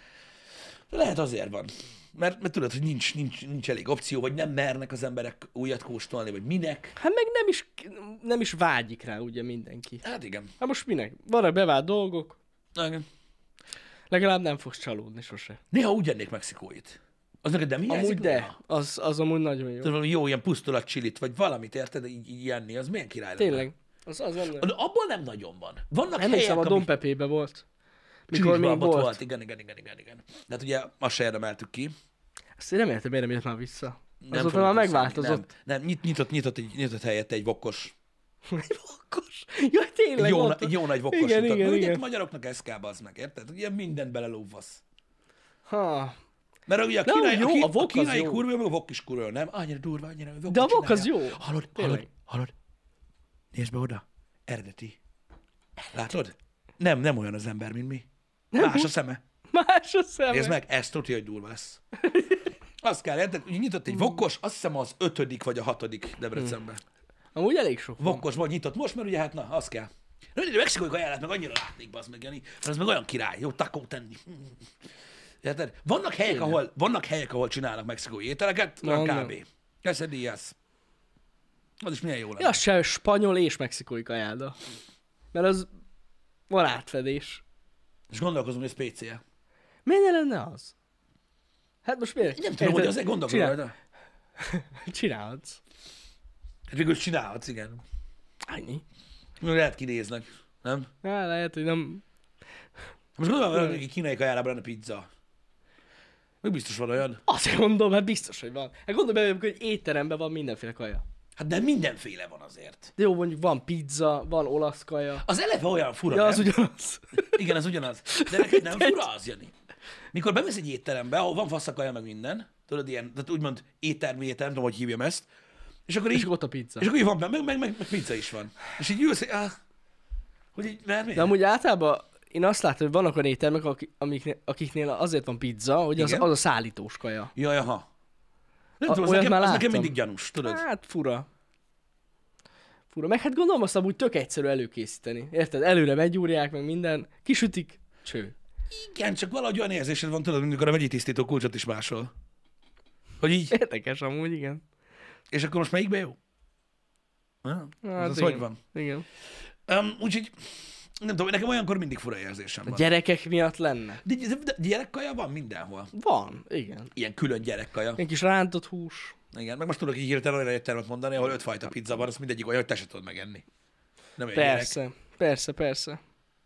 De lehet azért van. Mert, mert tudod, hogy nincs, nincs, nincs elég opció, vagy nem mernek az emberek újat kóstolni, vagy minek. Hát meg nem is, nem is vágyik rá ugye mindenki. Hát igen. Hát most minek? Vannak bevált dolgok, igen. legalább nem fogsz csalódni sose. Néha úgy ennék mexikóit. Az neked nem hiányzik? Amúgy de, néha? az, az amúgy nagyon jó. Tudod, valami jó ilyen pusztulat csilit, vagy valamit, érted? Így, így enni, az milyen király lenne. Tényleg. Az, az nem, De abból nem nagyon van. Vannak Emlékszem, helyek, a amik... Don Pepébe volt. Mikor Mikor még volt. volt. Igen, igen, igen, igen, igen. De hát ugye azt se érdemeltük ki. Azt én nem értem, miért nem jött már vissza. Nem Azóta fogjuk már visszaadni. megváltozott. Nem, nem nyit, nyitott, nyitott, egy, nyitott helyette egy vokkos. Egy vakkos. Jaj, tényleg. Egy jó, ott- egy jó nagy vokkos Igen, nyitott. igen, Mert ugye igen. a magyaroknak ez kell, az meg, érted? Ugye mindent belelóvasz. Ha. Mert ugye a De kínai, jó, a, ki, a a, vok az kínai jó. kurva, jó, meg a vok is kurva, jó, nem? Annyira durva, annyira vok De a vok az jó. Hallod, hallod, Tényleg. hallod? Nézd be oda. Eredeti. Látod? Nem, nem olyan az ember, mint mi. Más a szeme. Más a szeme. Nézd meg, ez tudja, hogy durva lesz. Azt kell, érted? Ugye nyitott egy vokkos, azt hiszem az ötödik vagy a hatodik Debrecenben. Amúgy elég sok van. Vokkos vagy nyitott most, mert ugye hát na, az kell. Na, de mexikói kajálát meg annyira látnék, bazd meg, Jani, mert az meg olyan király, jó takót tenni. Érted? Vannak helyek, ahol, vannak helyek, ahol csinálnak mexikói ételeket, olyan Vannak. kb. Quesadillas. Az is milyen jó lenne. Ja, az se spanyol és mexikói kajáda. Mert az van átfedés. És gondolkozom, hogy ez pé cé. Miért ne lenne az? Hát most miért? Nem tudom, hogy azért gondolkozom Csinál... rajta. Csinálhatsz. Hát végül is csinálhatsz, igen. Annyi. Lehet kinéznek, nem? Hát lehet, hogy nem... Most gondolom, hogy egy kínai kajára lenne pizza. Még biztos van olyan. Azt gondolom, hát biztos, hogy van. Hát gondolom, bele, hogy egy étteremben van mindenféle kaja. Hát de mindenféle van azért. De jó, mondjuk van pizza, van olasz kaja. Az eleve olyan fura, Ja, nem? az ugyanaz. Igen, az ugyanaz. De neked nem fura az, Jani? Mikor bemész egy étterembe, ahol van faszakaja meg minden, tudod, ilyen, tehát úgymond éttermi étterem, nem tudom, hogy hívjam ezt, és akkor így, És ott a pizza. és akkor így van, meg, meg, meg, meg pizza is van. És így ülsz, ah, hogy így, mert miért? De amúgy általában én azt látom, hogy vannak olyan éttermek, akik, amiknél, akiknél azért van pizza, hogy az, Igen? az a szállítós kaja. Jaj, aha. Nem A- tudom, az olyat nekem, már az nekem láttam. mindig gyanús, tudod? Hát fura. Fura. Meg hát gondolom azt amúgy tök egyszerű előkészíteni. Érted? Előre meggyúrják, meg minden. Kisütik, cső. Igen, csak valahogy olyan érzésed van, tudod, amikor a vegyi tisztító kulcsot is másol. Hogy így, Érdekes amúgy, igen. és akkor most melyikbe jó? Ha? Hát Ez igen. hogy van? Igen. Um, úgyhogy, nem tudom, nekem olyankor mindig fura érzésem A van. gyerekek miatt lenne. De, de, de gyerekkaja van mindenhol. Van, igen. Ilyen külön gyerekkaja. Egy kis rántott hús. Igen, meg most tudok így hirtelen olyan éttermet mondani, ahol ötfajta pizza van, az mindegyik olyan, hogy te se tudod megenni. Nem olyan gyerek. Persze, persze, persze.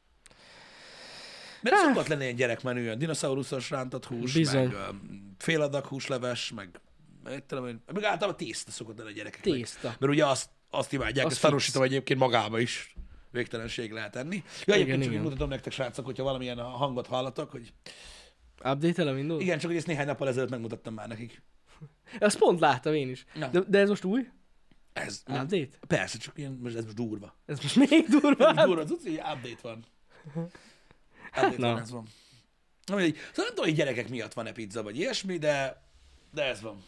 Mert ah. szokott lenni ilyen gyerekmenü, olyan dinoszauruszos rántott hús, Bizony. meg um, féladag húsleves, meg, meg, tudom, én, meg általában tészta szokott lenni a gyerekeknek. Tészta. Mert ugye azt, azt imádják, Az ezt fix. tanúsítom egyébként magába is. Végtelenség lehet enni. Ja, egyébként Igen, csak igen. mutatom nektek, srácok, hogyha valamilyen hangot hallatok, hogy Update-el a Windows? igen, csak hogy ezt néhány nappal ezelőtt megmutattam már nekik. Azt pont láttam én is. Na. De, de ez most új? Ez, Update? persze, csak ilyen, most ez most durva. Ez most még durvább? Ez durva, tudsz, hogy update van. Update na. van, ez van. Na, mindegy. Szóval nem tudom, hogy gyerekek miatt van-e pizza, vagy ilyesmi, de, de ez van.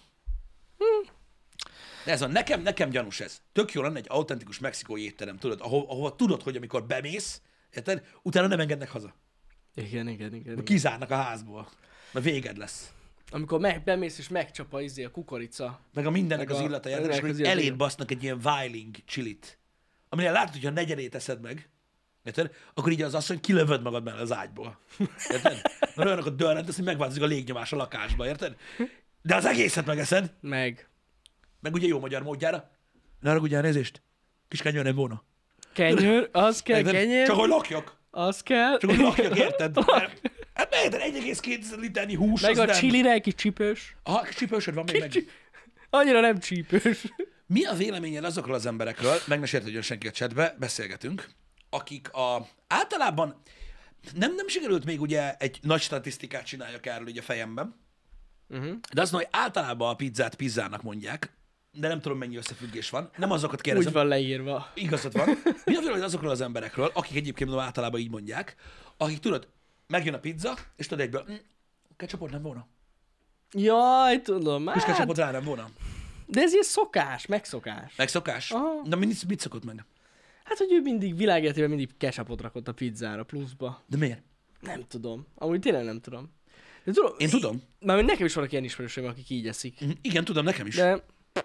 De ez van. Nekem, nekem gyanús ez. Tök jó lenne egy autentikus mexikói étterem, tudod, ahol, ahol tudod, hogy amikor bemész, érted, utána nem engednek haza. Igen, igen, igen. igen. Kizárnak a házból. Mert véged lesz. Amikor meg, bemész és megcsap a, izé, a kukorica. Meg a mindennek Meg az a- illata, érted, és mindennek akkor az így illata, eléd igen. basznak egy ilyen Weiling csilit. Aminél látod, hogy a negyedét eszed meg, érted? Akkor így az asszony kilövöd magad mellé az ágyból. Érted? Mert olyanokat dörrentesz, hogy megváltozik a légnyomás a lakásba, érted? De az egészet megeszed, Meg. meg ugye jó magyar módjára. Ne haragudjál, nézést. Kis kenyőr nem volna. Kenyőr, az kell, Érted? kenyér, Csak hogy lakjak. az kell. Csak hogy lakjak, érted? Mert- Hát meg, egy egész két literni hús, Meg az a nem. chilire egy kis csipős. Aha, kis csipősöd van még meg. Kicsi- Annyira nem csípős. Mi a véleményed azokról az emberekről, meg ne sértődjön senki a chatbe, beszélgetünk, akik a, általában nem, nem sikerült még ugye egy nagy statisztikát csináljak erről így a fejemben, Uh-huh. de azt mondom, hogy általában a pizzát pizzának mondják, de nem tudom, mennyi összefüggés van. Nem azokat Úgy kérdezem. van leírva. Igazad van. Mi a véleményed azokról az emberekről, akik egyébként mondom, általában így mondják, akik tudod, megjön a pizza, és tudod egyből, hm, ketchupot nem volna. Jaj, tudom. És Hát, ketchupot rá nem volna. de ez ilyen szokás, megszokás. Megszokás? Aha. De mit, mit szokott meg? Hát, hogy ő mindig világéletében mindig ketchupot rakott a pizzára pluszba. De miért? Nem tudom. Amúgy tényleg nem tudom. De tudom Én tudom. Már nekem is vannak ilyen ismerőseim, akik így eszik. Mhm. Igen, tudom, nekem is. De...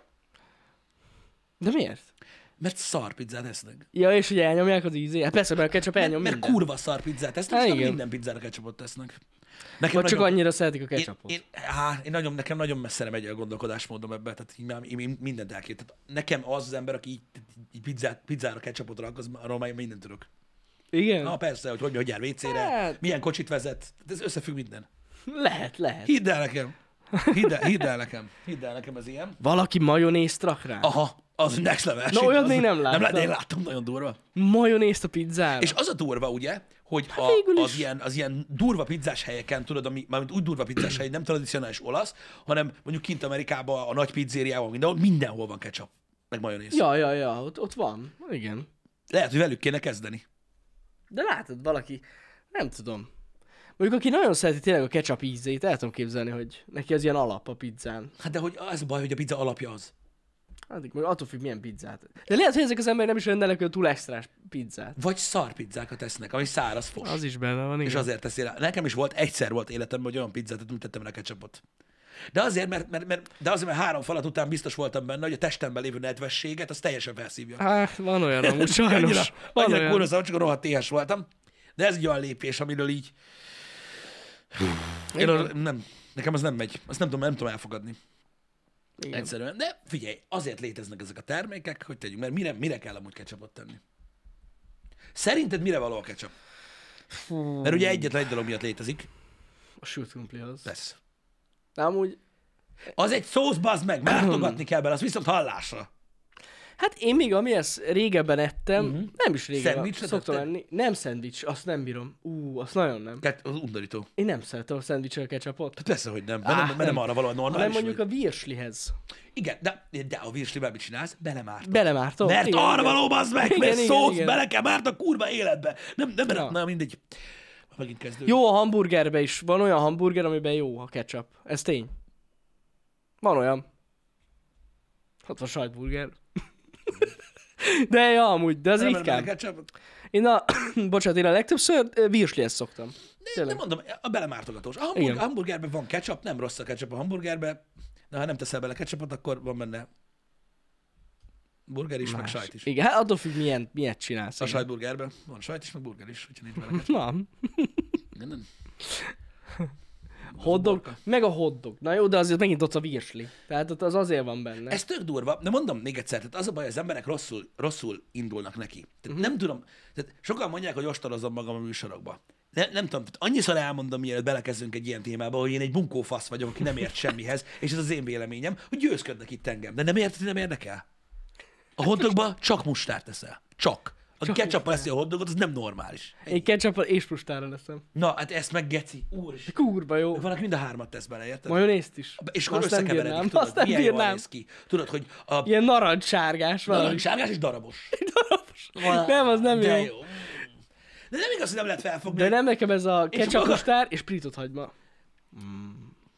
De miért? Mert szar pizzát esznek. Ja, és hogy elnyomják az ízét? Hát persze, mert a ketchup elnyom Mert minden. kurva szar pizzát tesznek, Há, és nem igen. minden pizzára ketchupot tesznek. Nekem Vagy csak nagyon- annyira szeretik a én, ketchupot. én, há, én nagyon, nekem nagyon messzire megy a gondolkodásmódom ebbe, tehát így, már- én, én mindent elkét. Tehát nekem az az ember, aki így, így pizzát, pizzára ketchupot rak, az, arról már én mindent tudok. Igen? Na persze, hogy hogy, hogy jár vécére, Hát- milyen kocsit vezet, tehát ez összefügg minden. Lehet, lehet. Hidd el nekem. Hidd el, hidd el nekem. Hidd el nekem, ez ilyen. Valaki majonézt rak rá? Aha, az next level. Na, shit, olyat az, még nem Nem láttam. láttam. Én láttam, nagyon durva. Majonézt a pizzára? És az a durva, ugye, hogy a, Hát végül az, is. ilyen, az ilyen durva pizzás helyeken, tudod, ami, mármint úgy durva pizzás hely, nem tradicionális olasz, hanem mondjuk kint Amerikában, a nagy pizzériában, mindenhol, mindenhol van ketchup, meg majonéz. Ja, ja, ja, ott, ott van. Igen. Lehet, hogy velük kéne kezdeni. De látod, valaki, nem tudom. Mondjuk, aki nagyon szereti tényleg a ketchup ízét, el tudom képzelni, hogy neki az ilyen alap a pizzán. Hát de hogy az a baj, hogy a pizza alapja az. Hát, meg attól függ, milyen pizzát. De lehet, hogy ezek az emberek nem is rendelnek olyan túl extrás pizzát. Vagy szar pizzákat esznek, ami száraz fos. Az is benne van, igen. És azért teszi rá. Nekem is volt, egyszer volt életemben, hogy olyan pizzát, amit tettem rá ketchupot. De azért, mert, mert, mert, de azért, mert három falat után biztos voltam benne, hogy a testemben lévő nedvességet, az teljesen felszívja. Hát, van olyan amúgy, sajnos. Annyira, Van annyira olyan. kurva, csak rohadt éhes voltam. De ez egy olyan lépés, amiről így... Én arra, nem, nekem az nem megy. Azt nem tudom, nem tudom elfogadni. Igen. Egyszerűen. De figyelj, azért léteznek ezek a termékek, hogy tegyünk, mert mire, mire kell amúgy ketchupot tenni? Szerinted mire való a ketchup? Fú, Mert ugye egyetlen egy dolog miatt létezik. a sült krumpli az. Lesz. De amúgy, Az egy szósz, bazd meg, mártogatni kell bele, az viszont hallásra. hát én még amihez régebben ettem, uh-huh. nem is régebben, Szendvicsre szoktam tetted? enni. Nem szendvics, azt nem bírom. Ú, azt nagyon nem. Kett, az undorító. Én nem szeretem a szendvicsre a ketchupot. Hát persze, hogy nem, mert, Á, nem, mert nem nem. arra való Hanem normális mondjuk vagy. a virslihez. Igen, de, de a virslivel mit csinálsz? Belemártod. Belemártom. Mert Igen, arra igen. való, bazd meg, Igen, mert igen, szósz igen. bele kell mártni a kurva életbe. Nem, nem, nem, Ja. na mindegy. Megint kezdődik. Jó, a hamburgerbe is. Van olyan hamburger, amiben jó a ketchup. Ez tény. Van olyan. Ott van sajtburger. De ja, amúgy, de az Nem, nem, nem, ritkán. ketchup. Én a, bocsánat, én a legtöbbször ö, virslihez szoktam. Nem, Tényleg. nem mondom, a belemártogatós. A hamburg, Igen. hamburgerben van ketchup, nem rossz a ketchup a hamburgerben, de ha nem teszel bele ketchupot, akkor van benne burger is, meg Más. sajt is. Igen, hát attól függ, milyen, milyet csinálsz. A igen. sajtburgerben van sajt is, meg burger is, hogyha nincs bele ketchup. Van. Nem, nem. Hotdog, borka. meg a hotdog. Na jó, de azért megint ott a virsli. Tehát ott az azért van benne. Ez tök durva, de mondom még egyszer, tehát az a baj, az emberek rosszul, rosszul indulnak neki. Tehát Mhm. uh-huh. nem tudom, tehát sokan mondják, hogy ostorozom magam a műsorokba. Ne, nem tudom, tehát annyiszor elmondom, mielőtt belekezdünk egy ilyen témába, hogy én egy bunkófasz vagyok, aki nem ért semmihez, és ez az én véleményem, hogy győzködnek itt engem. De nem érted, nem érdekel. A hotdogba csak mustárt teszel. Csak. Aki Csak ketchup eszi a hotdogot, az nem normális. Én ketchup és pustára leszem. Na, hát ezt meg geci. Úristen. Kurva jó. Van, aki mind a hármat tesz bele, érted? Majonézt is. És akkor Azt nem bírnám, összekeveredik, tudod, azt nem milyen jól bírnám. néz ki. Tudod, hogy a Ilyen narancssárgás valami. narancssárgás és darabos. Nem, az nem De jó. jó. De nem igaz, hogy nem lehet felfogni. De nem nekem ez a ketchup maga- pustár és prított hagyma. Mm.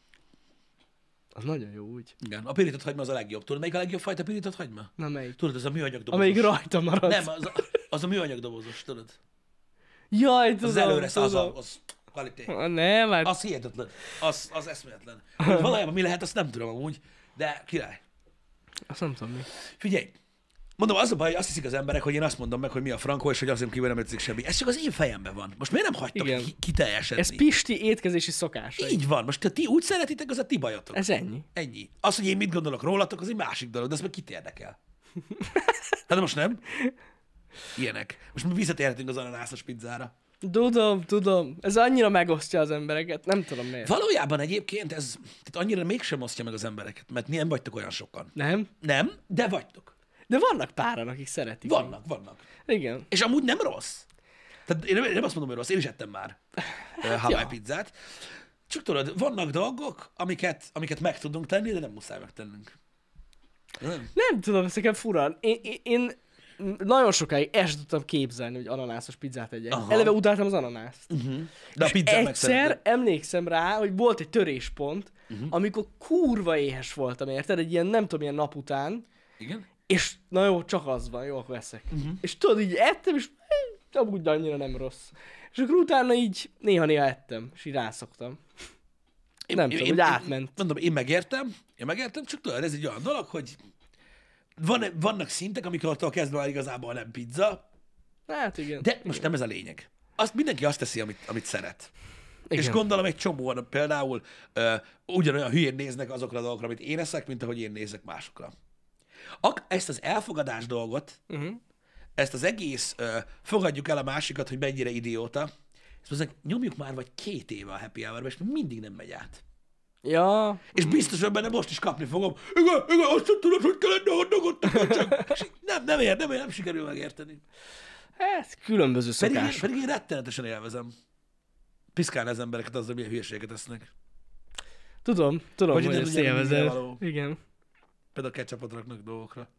Az nagyon jó úgy. Igen, a pirított hagyma az a legjobb. Tudod, melyik a legjobb fajta pirított hagyma? Na melyik? Tudod, az a műanyag dobozos. Amelyik rajta marad. Nem, az a, az a műanyag dobozos, tudod? Jaj, tudom, Az előre, az, az, tudom. az kvalité. Nem, hát Az hihetetlen. Az, az eszméletlen. Hogy valójában mi lehet, azt nem tudom amúgy, de király. azt nem tudom mi. Figyelj, mondom, az a baj, hogy azt hiszik az emberek, hogy én azt mondom meg, hogy mi a frankó, és hogy azért kívül nem ötzik semmi. Ez csak az én fejemben van. Most miért nem hagytok Igen. ki, kiteljesedni? Ez Pisti étkezési szokás. Így van. Most ha ti úgy szeretitek, az a ti bajotok. Ez ennyi. Ennyi. Az, hogy én mit gondolok rólatok, az egy másik dolog, de ez meg kit érdekel. Hát de most nem? Ilyenek. Most mi visszatérhetünk az ananászos pizzára. Tudom, tudom. Ez annyira megosztja az embereket, nem tudom miért. Valójában egyébként ez tehát annyira mégsem osztja meg az embereket, mert nem vagytok olyan sokan. Nem? Nem, de vagytok. De vannak páran, akik szeretik. Vannak, vannak. Igen. És amúgy nem rossz. Tehát én nem, én nem azt mondom, hogy rossz, én is ettem már uh, Hawaii ja. pizzát. Csak tudod, vannak dolgok, amiket, amiket meg tudunk tenni, de nem muszáj megtennünk. Nem? Nem tudom, ez nekem fura. Én, én, én nagyon sokáig el sem tudtam képzelni, hogy ananászos pizzát egyek. Aha. Eleve utáltam az ananászt. Uh-huh. De a És pizzát egyszer megszerettem. emlékszem rá, hogy volt egy töréspont, Uh-huh. amikor kurva éhes voltam, érted? Egy ilyen nem tudom, ilyen nap után, Igen? és na jó, csak az van, jó, akkor veszek. Uh-huh. És tudod, így ettem, és eh, amúgy annyira nem rossz. És akkor utána így néha-néha ettem, és így rászoktam. Én, Nem én, tudom, én, hogy én, átment. Mondom, én megértem, én megértem, csak tudod, ez egy olyan dolog, hogy van, vannak szintek, amikor attól kezdve már igazából nem pizza, Hát igen. de most nem ez a lényeg. Azt mindenki azt teszi, amit, amit szeret. Igen. És gondolom egy csomóan például uh, ugyanolyan hülyén néznek azokra a dolgokra, amit én eszek, mint ahogy én nézek másokra. Ak- ezt az elfogadás dolgot, Uh-huh. ezt az egész uh, fogadjuk el a másikat, hogy mennyire idióta, ezt mondják, nyomjuk már vagy két éve a happy hour-be, és még mindig nem megy át. Ja, És biztos, hogy benne most is kapni fogom. Igen, igen, azt sem tudod, hogy kell lenni a hotdogot, csak. És nem, nem ér, nem ér, nem sikerül megérteni. hát különböző Pedig én, szokások. pedig én rettenetesen élvezem. Piszkálni az embereket azzal, milyen hülyeséget esznek. Tudom, tudom, Hogy hogy, nem ezt tudják, hogy élvezed. mire való. Igen. Például ketchupot raknak dolgokra.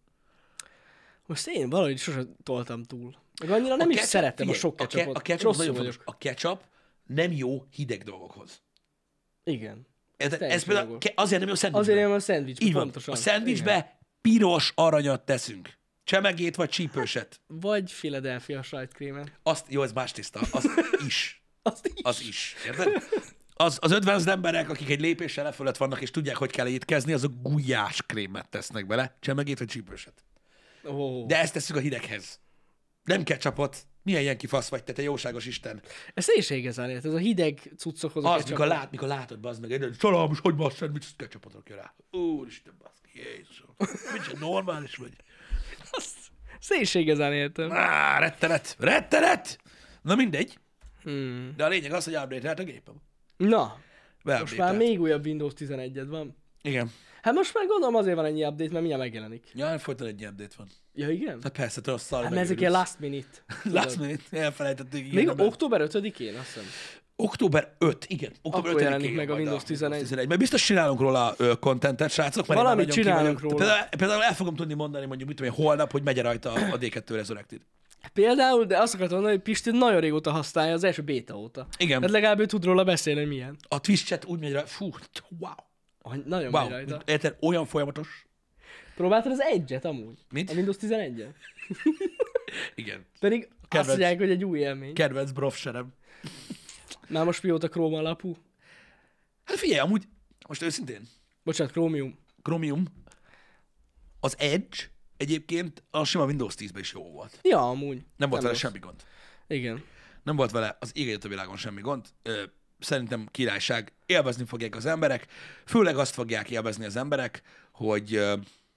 Most én valahogy sose toltam túl. Meg annyira nem A is ketchup- szeretem figyelj, a sok A, ke- ketchupot. a ketchup az Rosszul nagyon vagyok. fontos. A ketchup nem jó hideg dolgokhoz. Igen. Ez, ez teljesen például jogos. ke- azért nem jó szendvicsbe. Azért nem a szendvics, Így van. pontosan. A szendvicsbe piros aranyat teszünk. Csemegét vagy csípőset. Vagy Philadelphia sajtkrémen. Azt, jó, ez más tiszta. Az is. Azt is. Az is. Érted? Az, az advanced emberek, akik egy lépéssel lefölött vannak, és tudják, hogy kell étkezni, azok gulyás krémet tesznek bele. Csemegét vagy csípőset. Oh. De ezt tesszük a hideghez. Nem ketchupot. Milyen ilyen kifasz vagy te, te jóságos Isten. Ezt én is igazán érted. Ez a hideg cuccokhoz a Az, ketchup. mikor, lát, mikor látod, bazd meg, egy csalám, és hogy ma a szendvics, azt ketchupot rakja rá. Úristen, bazd ki, Jézusom. Mit sem normális vagy. Azt, ezt én is igazán értem. Á, rettenet, rettenet! Na mindegy. Hmm. De a lényeg az, hogy update-elt a gépem. Na, most már Beupdate-elt. még újabb Windows tizenegyed van. Igen. Hát most már gondolom azért van ennyi update, mert mindjárt megjelenik. Ja, folyton egy update van. Ja, igen? Hát persze, te azt szar Hát mert ezek ilyen last minute. Last minute, elfelejtettük. Még írni be. október ötödikén, azt hiszem. október ötödike, igen. Október Akkor ötödikén jelenik meg a majd Windows tizenegy. Mert biztos csinálunk róla ö, contentet, srácok. Mert én már Valamit nagyon csinálunk ki vagyok. róla. Például, például el fogom tudni mondani, mondjuk, mit tudom én, holnap, hogy megy rajta a dé kettő Resurrected. Például, de azt akartam mondani, hogy Pisti nagyon régóta használja, az első béta óta. Igen. Tehát legalább ő tud róla beszélni, hogy milyen. A Twitch chat úgy megy rá, fú, wow. Ah, nagyon Wow, megy rajta. érted, olyan folyamatos. Próbáltad az egyet amúgy? Mit? A Windows tizenegyet? Igen. Pedig Kedvenc. azt mondják, hogy egy új élmény. Kedvenc brofserem. Már most mióta Chrome alapú? Hát figyelj, amúgy, most őszintén, Bocsánat, Chromium. Chromium, az Edge egyébként a sima Windows tízben is jó volt. Ja, amúgy. Nem volt vele rossz. semmi gond. Igen. Nem volt vele az ég egyet a világon semmi gond. Ö, szerintem királyság. Élvezni fogják az emberek. Főleg azt fogják élvezni az emberek, hogy, ö,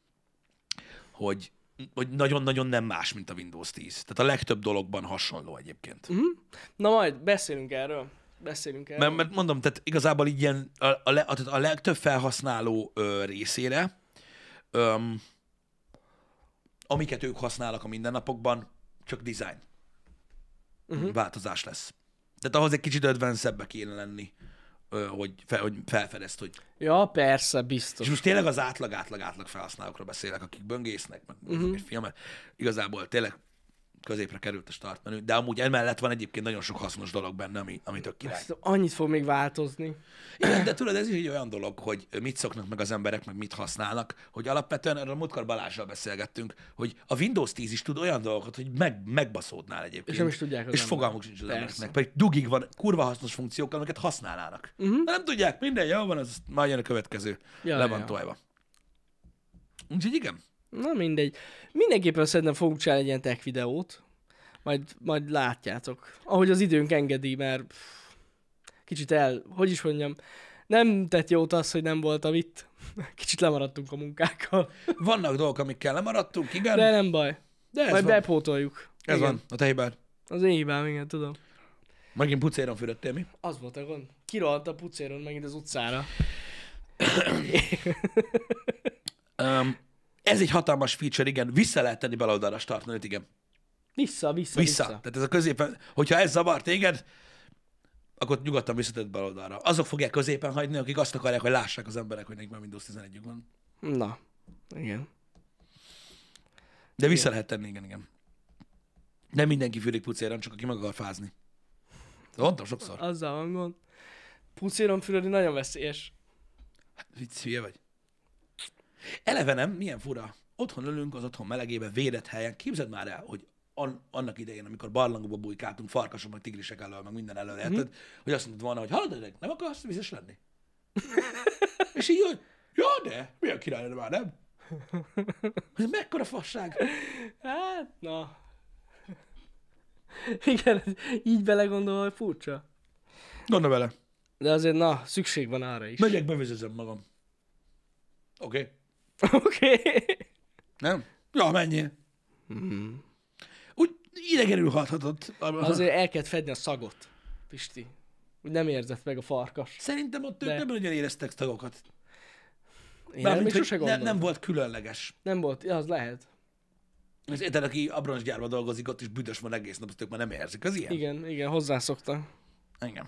hogy, hogy nagyon-nagyon nem más, mint a Windows tíz. Tehát a legtöbb dologban hasonló egyébként. Uh-huh. Na majd, beszélünk erről. Beszélünk erről. Mert, mert mondom, tehát igazából így ilyen a, a, le- a, a legtöbb felhasználó ö, részére, öm, amiket ők használnak a mindennapokban, csak design. Uh-huh. Változás lesz. Tehát ahhoz egy kicsit advanced-ebbe kéne lenni, ö, hogy, fel, hogy felfedezd, hogy... Ja, persze, És biztos. most tényleg az átlag, átlag, átlag felhasználókról beszélek, akik böngésznek, meg uh-huh. egy filmet. Igazából tényleg középre került a start menü, de amúgy emellett van egyébként nagyon sok hasznos dolog benne, ami, ami tök király. Azt annyit fog még változni. Igen, de tudod, ez is egy olyan dolog, hogy mit szoknak meg az emberek, meg mit használnak, hogy alapvetően erről a múltkor Balással beszélgettünk, hogy a Windows tíz is tud olyan dolgokat, hogy meg, megbaszódnál egyébként. És nem is tudják az És emberek. fogalmuk sincs az Persze. embereknek. Pedig dugig van, kurva hasznos funkciók, amiket használnának. Uh-huh. De nem tudják, minden jó van, az majd jön a következő. Ja, Le ja. van tojva. Úgyhogy igen. Na mindegy. Mindenképpen szerintem fogunk csinálni egy ilyen tech videót. Majd, majd látjátok. Ahogy az időnk engedi, mert pff, kicsit el, hogy is mondjam, nem tett jót az, hogy nem voltam itt. Kicsit lemaradtunk a munkákkal. Vannak dolgok, amikkel lemaradtunk, igen. De nem baj. De ez Majd van. bepótoljuk. Ez Igen. van, a te hibád. Az én hibám, igen, tudom. Megint pucéron fürödtél, mi? Az volt a gond. Kirohadt a pucéron megint az utcára. um, ez egy hatalmas feature, igen. Vissza lehet tenni baloldalra a startmenüt, igen. Vissza, vissza, Vissza. vissza. Tehát ez a középen, hogyha ez zavar téged, akkor nyugodtan visszatett baloldalra. Azok fogják középen hagyni, akik azt akarják, hogy lássák az emberek, hogy nekik már Windows tizenegyük van. Na, igen. De vissza igen. lehet tenni, igen, igen. Nem mindenki fűrik pucéron, csak aki meg akar fázni. Mondtam sokszor. Azzal van gond. Pucéron fürödni nagyon veszélyes. Hát, vicc, hülye vagy. Eleve nem, milyen fura. Otthon ülünk az otthon melegében, védett helyen. Képzeld már el, hogy an- annak idején, amikor barlangokba bujkáltunk, farkasok, meg tigrisek elől, meg minden elől, érted, mm. hogy azt mondtad volna, hogy hallod, öreg, nem akarsz vizes lenni? És így, hogy ja, de, milyen király lenne már, nem? Ez mekkora fasság? Hát, na. Igen, így belegondolva, hogy furcsa. Gondolj bele. De azért, na, szükség van arra is. Megyek, bevezezem magam. Oké. Okay. Oké. Okay. Nem? Ja, menjél. Mm. Úgy idegenül hathatott. Azért el kellett fedni a szagot, Pisti. Úgy nem érzett meg a farkas. Szerintem ott ők De... nem nagyon éreztek szagokat. Én Bármint, még sose nem, nem volt különleges. Nem volt, ja, az lehet. Ez érted, aki abroncsgyárban dolgozik, ott is büdös van egész nap, azt ők már nem érzik. Az ilyen? Igen, igen, hozzászoktak. Igen.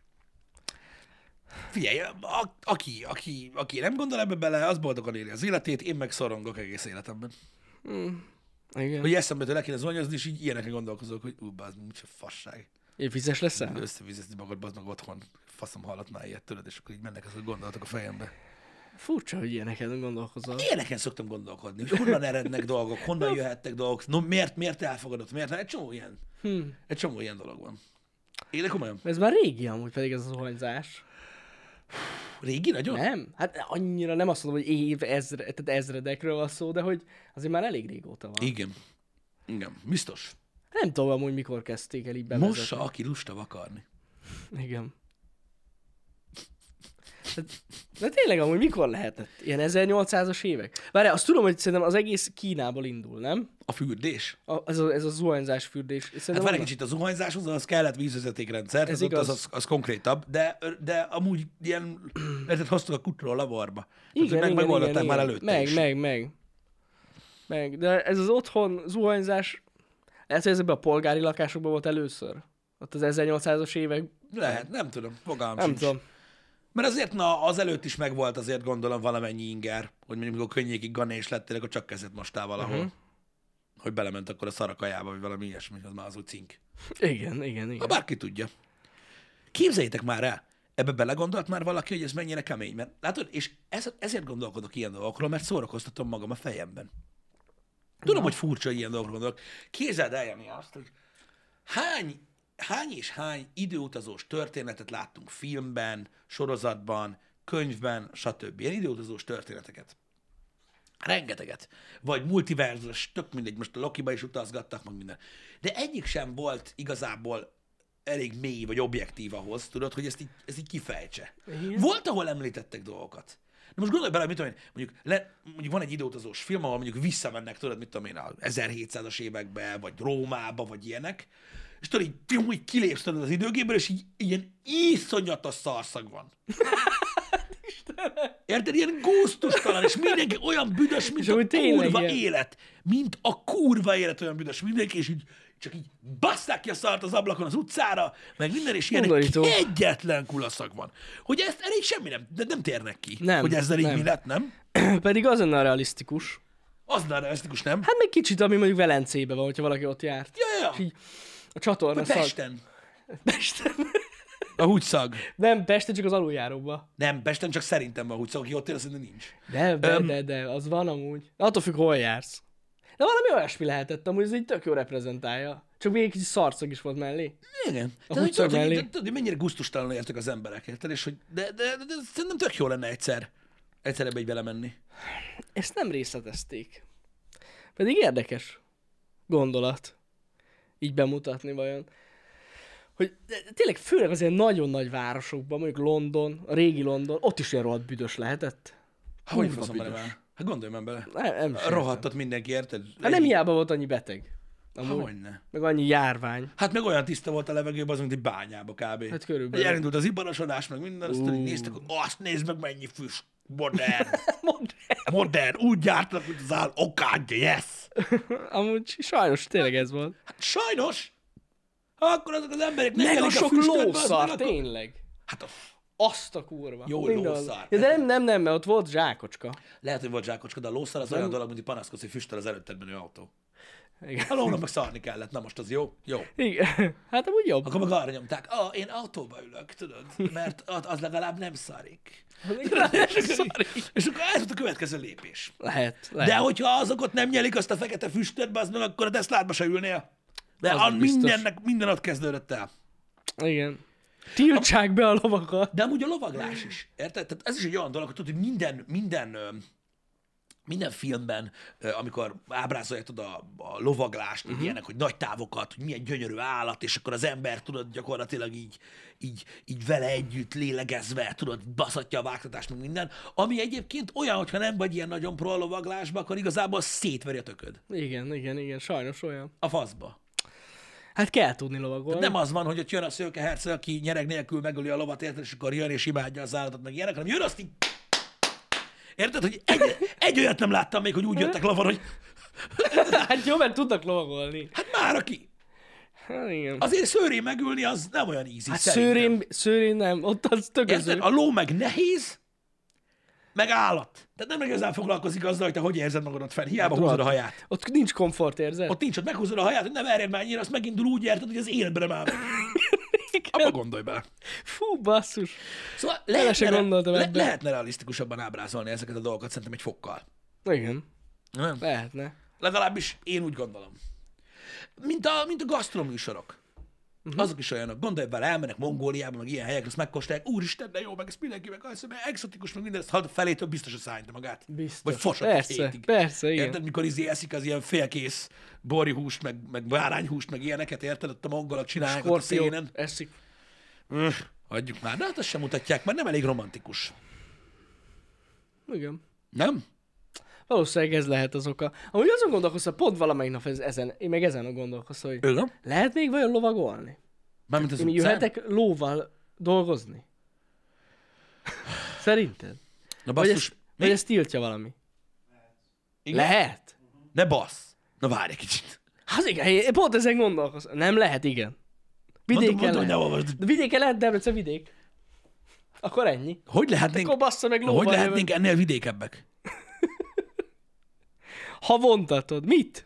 Figyelj, a, aki, aki, aki nem gondol ebbe bele, az boldogan éli az életét, én meg szorongok egész életemben. Mm, igen. Hogy eszembe le kéne zonyozni, és így ilyenekre gondolkozok, hogy ú, az micsoda fasság. Én vizes leszel? Összevizezni magad, bazd meg otthon. Faszom hallat már ilyet tőled, és akkor így mennek azok gondolatok a fejembe. Furcsa, hogy ilyeneken gondolkozol. Ilyeneken szoktam gondolkodni, hogy honnan erednek dolgok, honnan jöhettek dolgok, no, miért, miért elfogadott, miért, egy csomó ilyen, Hmm. egy csomó ilyen dolog van. Én de komolyan. Ez már régi amúgy pedig ez az zuhanyzás. Régi nagyon? Nem? Hát annyira nem azt mondom, hogy év, ezre, tehát ezredekről van szó, de hogy azért már elég régóta van. Igen. Igen, biztos. Nem tudom amúgy mikor kezdték el így bevezetni. Mossa, aki lusta vakarni. Igen. De, de tényleg amúgy mikor lehetett? Ilyen ezernyolcszázas évek? Várjál, azt tudom, hogy szerintem az egész Kínából indul, nem? A fürdés? A, ez, a, ez a zuhanyzás fürdés. Hát várj egy kicsit, a zuhanyzáshoz az kellett vízvezetékrendszer, ez az, az, az konkrétabb, de, de amúgy ilyen, lehetett hoztuk a kutról a laborba. Igen, meg igen, megoldották igen, már igen. előtte meg, is. Meg, meg, meg. De ez az otthon zuhanyzás, lehet, hogy ezekben a polgári lakásokban volt először? Ott az ezernyolcszázas évek. Lehet, nem tudom, fogalmam Nem sincs. tudom. Mert azért, na, az előtt is megvolt azért gondolom valamennyi inger, hogy mondjuk amikor könnyékig ganés lettél, akkor csak kezet mostál valahol. Uh-huh. Hogy belement akkor a szarakajába, vagy valami ilyesmi, az már az úgy cink. Igen, igen, igen. Ha bárki tudja. Képzeljétek már el, ebbe belegondolt már valaki, hogy ez mennyire kemény, mert látod, és ez, ezért gondolkodok ilyen dolgokról, mert szórakoztatom magam a fejemben. Tudom, Na. hogy furcsa, hogy ilyen dolgokról gondolok. Képzeld el, Jani, azt, hogy hány, hány és hány időutazós történetet láttunk filmben, sorozatban, könyvben, stb. Ilyen időutazós történeteket. Rengeteget. Vagy multiverzus, tök mindegy, most a Lokiba is utazgattak, meg minden. De egyik sem volt igazából elég mély vagy objektív ahhoz, tudod, hogy ezt így, ezt így kifejtse. Igen. Volt, ahol említettek dolgokat. De most gondolj bele, mit tudom én, mondjuk, le, mondjuk van egy időutazós film, ahol mondjuk visszamennek, tudod, mit tudom én, a ezerhétszázas évekbe, vagy Rómába, vagy ilyenek, és tudod, így, így kilépsz tudod az időgéből, és így ilyen iszonyatos szarszag van. Érted? Ilyen gusztustalan, és mindenki olyan büdös, mint a kurva ilyen élet. Mint a kurva élet olyan büdös mindenki, és így csak így basszák ki a szart az ablakon az utcára, meg minden, és ilyen egyetlen kulaszag van. Hogy ezt elég semmi nem, de nem térnek ki, nem, hogy ezzel nem. így mi lett, nem? Pedig az lenne realisztikus. Az lenne realisztikus, nem? Hát meg kicsit, ami mondjuk Velencébe van, hogyha valaki ott járt. Ja, ja. És így a csatorna szag. Pesten. Pesten. A húgyszag. Nem, Pesten csak az aluljáróba. Nem, Pesten csak szerintem van a húgyszag, aki ott él, szerintem nincs. De, de, um, de, de, az van amúgy. Attól függ, hol jársz. De valami olyasmi lehetett, amúgy ez így tök jó reprezentálja. Csak még egy kicsit szarszag is volt mellé. Igen. A Tehát, húgyszag tudod, mellé. hogy, tudod, hogy mennyire gusztustalanul értek az emberek, érted? És hogy, de, de, de, de szerintem tök jó lenne egyszer. Egyszer ebbe így belemenni. Ezt nem részletezték. Pedig érdekes gondolat. Így bemutatni vajon. Hogy tényleg főleg az ilyen nagyon nagy városokban, mondjuk London, a régi London, ott is ilyen rohadt büdös lehetett. Hogy faszom bele már? Hát gondolj már bele. Nem, nem rohadtat mindenki, érted? Hát nem hiába volt annyi beteg. Amúgy. Hogyne. Meg annyi járvány. Hát meg olyan tiszta volt a levegőben, az, mint egy bányába kb. Hát körülbelül. Hogy elindult az iparosodás, meg minden, azt Ú. így néztek, hogy azt nézd meg, mennyi füst. Modern. Modern. Modern. Úgy gyártanak, mint az áll. Okádja, yes. Amúgy sajnos tényleg ez volt. Hát sajnos. Ha akkor azok az emberek nem Meg a nyelik sok füstöt, bazd lószar, meg, akkor- tényleg. Hát a... Azt a kurva. Jó Minden lószar. az- Ja, de nem, nem, nem, mert ott volt zsákocska. Lehet, hogy volt zsákocska, de a lószar az olyan dolog, mint hogy panaszkodsz, hogy füstöl az előtted menő autó. Igen. A lónak meg szarni kellett. Na most az jó? Jó. Igen. Hát amúgy jobb. Akkor meg arra nyomták, ah, én autóba ülök, tudod, mert az az legalább nem szarik. És akkor ez volt a következő lépés. Lehet, lehet. De hogyha azok ott nem nyelik azt a fekete füstöt, az meg akkor a Tesládba se ülnél. De Az a biztos. mindennek, minden ott kezdődött el. Igen. Tiltsák be a lovakat. De amúgy a lovaglás is. Érted? Tehát ez is egy olyan dolog, hogy tudod, hogy minden, minden, ö, minden filmben, ö, amikor ábrázolják tudod, a, a lovaglást, uh-huh. ilyenek, hogy nagy távokat, hogy milyen gyönyörű állat, és akkor az ember, tudod, gyakorlatilag így, így, így vele együtt lélegezve, tudod, baszatja a vágtatást, meg minden, ami egyébként olyan, hogyha nem vagy ilyen nagyon pro a lovaglásba, akkor igazából szétveri a tököd. Igen, igen, igen, sajnos olyan. A faszba. Hát kell tudni lovagolni. Nem az van, hogy ott jön a szőke herceg, aki nyereg nélkül megöli a lovat, érted, és akkor jön és imádja az állatot, meg ilyenek, hanem jön azt így... Érted, hogy egy, egy olyat nem láttam még, hogy úgy jöttek lavan, hogy Hát jó, mert tudnak lovagolni. hát már aki. Hát igen. Azért szőrén megülni az nem olyan easy, Hát szerintem. szőrén, szőrén nem, ott az tököző. Érted? A ló meg nehéz, meg állat. Tehát nem igazán foglalkozik azzal, hogy te hogy érzed magadat fel. Hiába Hát, húzod a rohadt. haját. Ott nincs komfort, érzed? Ott nincs, ott meghúzod a haját, hogy nem erjed már annyira, azt megindul úgy érted, hogy az életben nem áll. Abba gondolj be. Fú, basszus. Szóval Bele se lehetne, gondoltam le, ebbe. lehetne realisztikusabban ábrázolni ezeket a dolgokat, szerintem egy fokkal. Igen, Nem? lehetne. Legalábbis én úgy gondolom. Mint a, mint a gasztroműsorok. Uh-huh. Azok is olyanok. Gondolj bele, elmennek Mongóliába, meg ilyen helyekre, azt megkóstolják. Úristen, de jó, meg ezt mindenki meg azt mondja, exotikus, meg minden, ezt ha felétől biztos a szállítja magát. Biztos. Vagy fosat egy Persze, hétig. persze, igen. Érted, mikor izé eszik az ilyen félkész borjhúst, meg, meg bárányhúst, meg ilyeneket, érted? Ott a mongolok csinálják ott a Skorpió szénen. eszik. Öh, hagyjuk már. De hát azt sem mutatják, mert nem elég romantikus. Igen. Nem? Valószínűleg ez lehet az oka. Amúgy azon gondolkoztam, pont valamelyik nap ez, ezen, én meg ezen gondolkoztam, hogy Igen. lehet még vajon lovagolni? Mármint az Én utcán? jöhetek lóval dolgozni? Szerinted? Na Vagy basszus, ezt, vagy ezt tiltja valami? igen? Lehet? Ne bassz. Na várj egy kicsit. Hát igen, én pont ezen gondolkoztam. Nem lehet, igen. Vidéken Mondom, mondom, lehet. hogy ne olvasd. De vidéken lehet, Debrecen vidék. Akkor ennyi. Hogy lehetnénk, Akkor bassza meg lóval. hogy jövök. lehetnénk ennél vidékebbek? Ha vontatod, mit?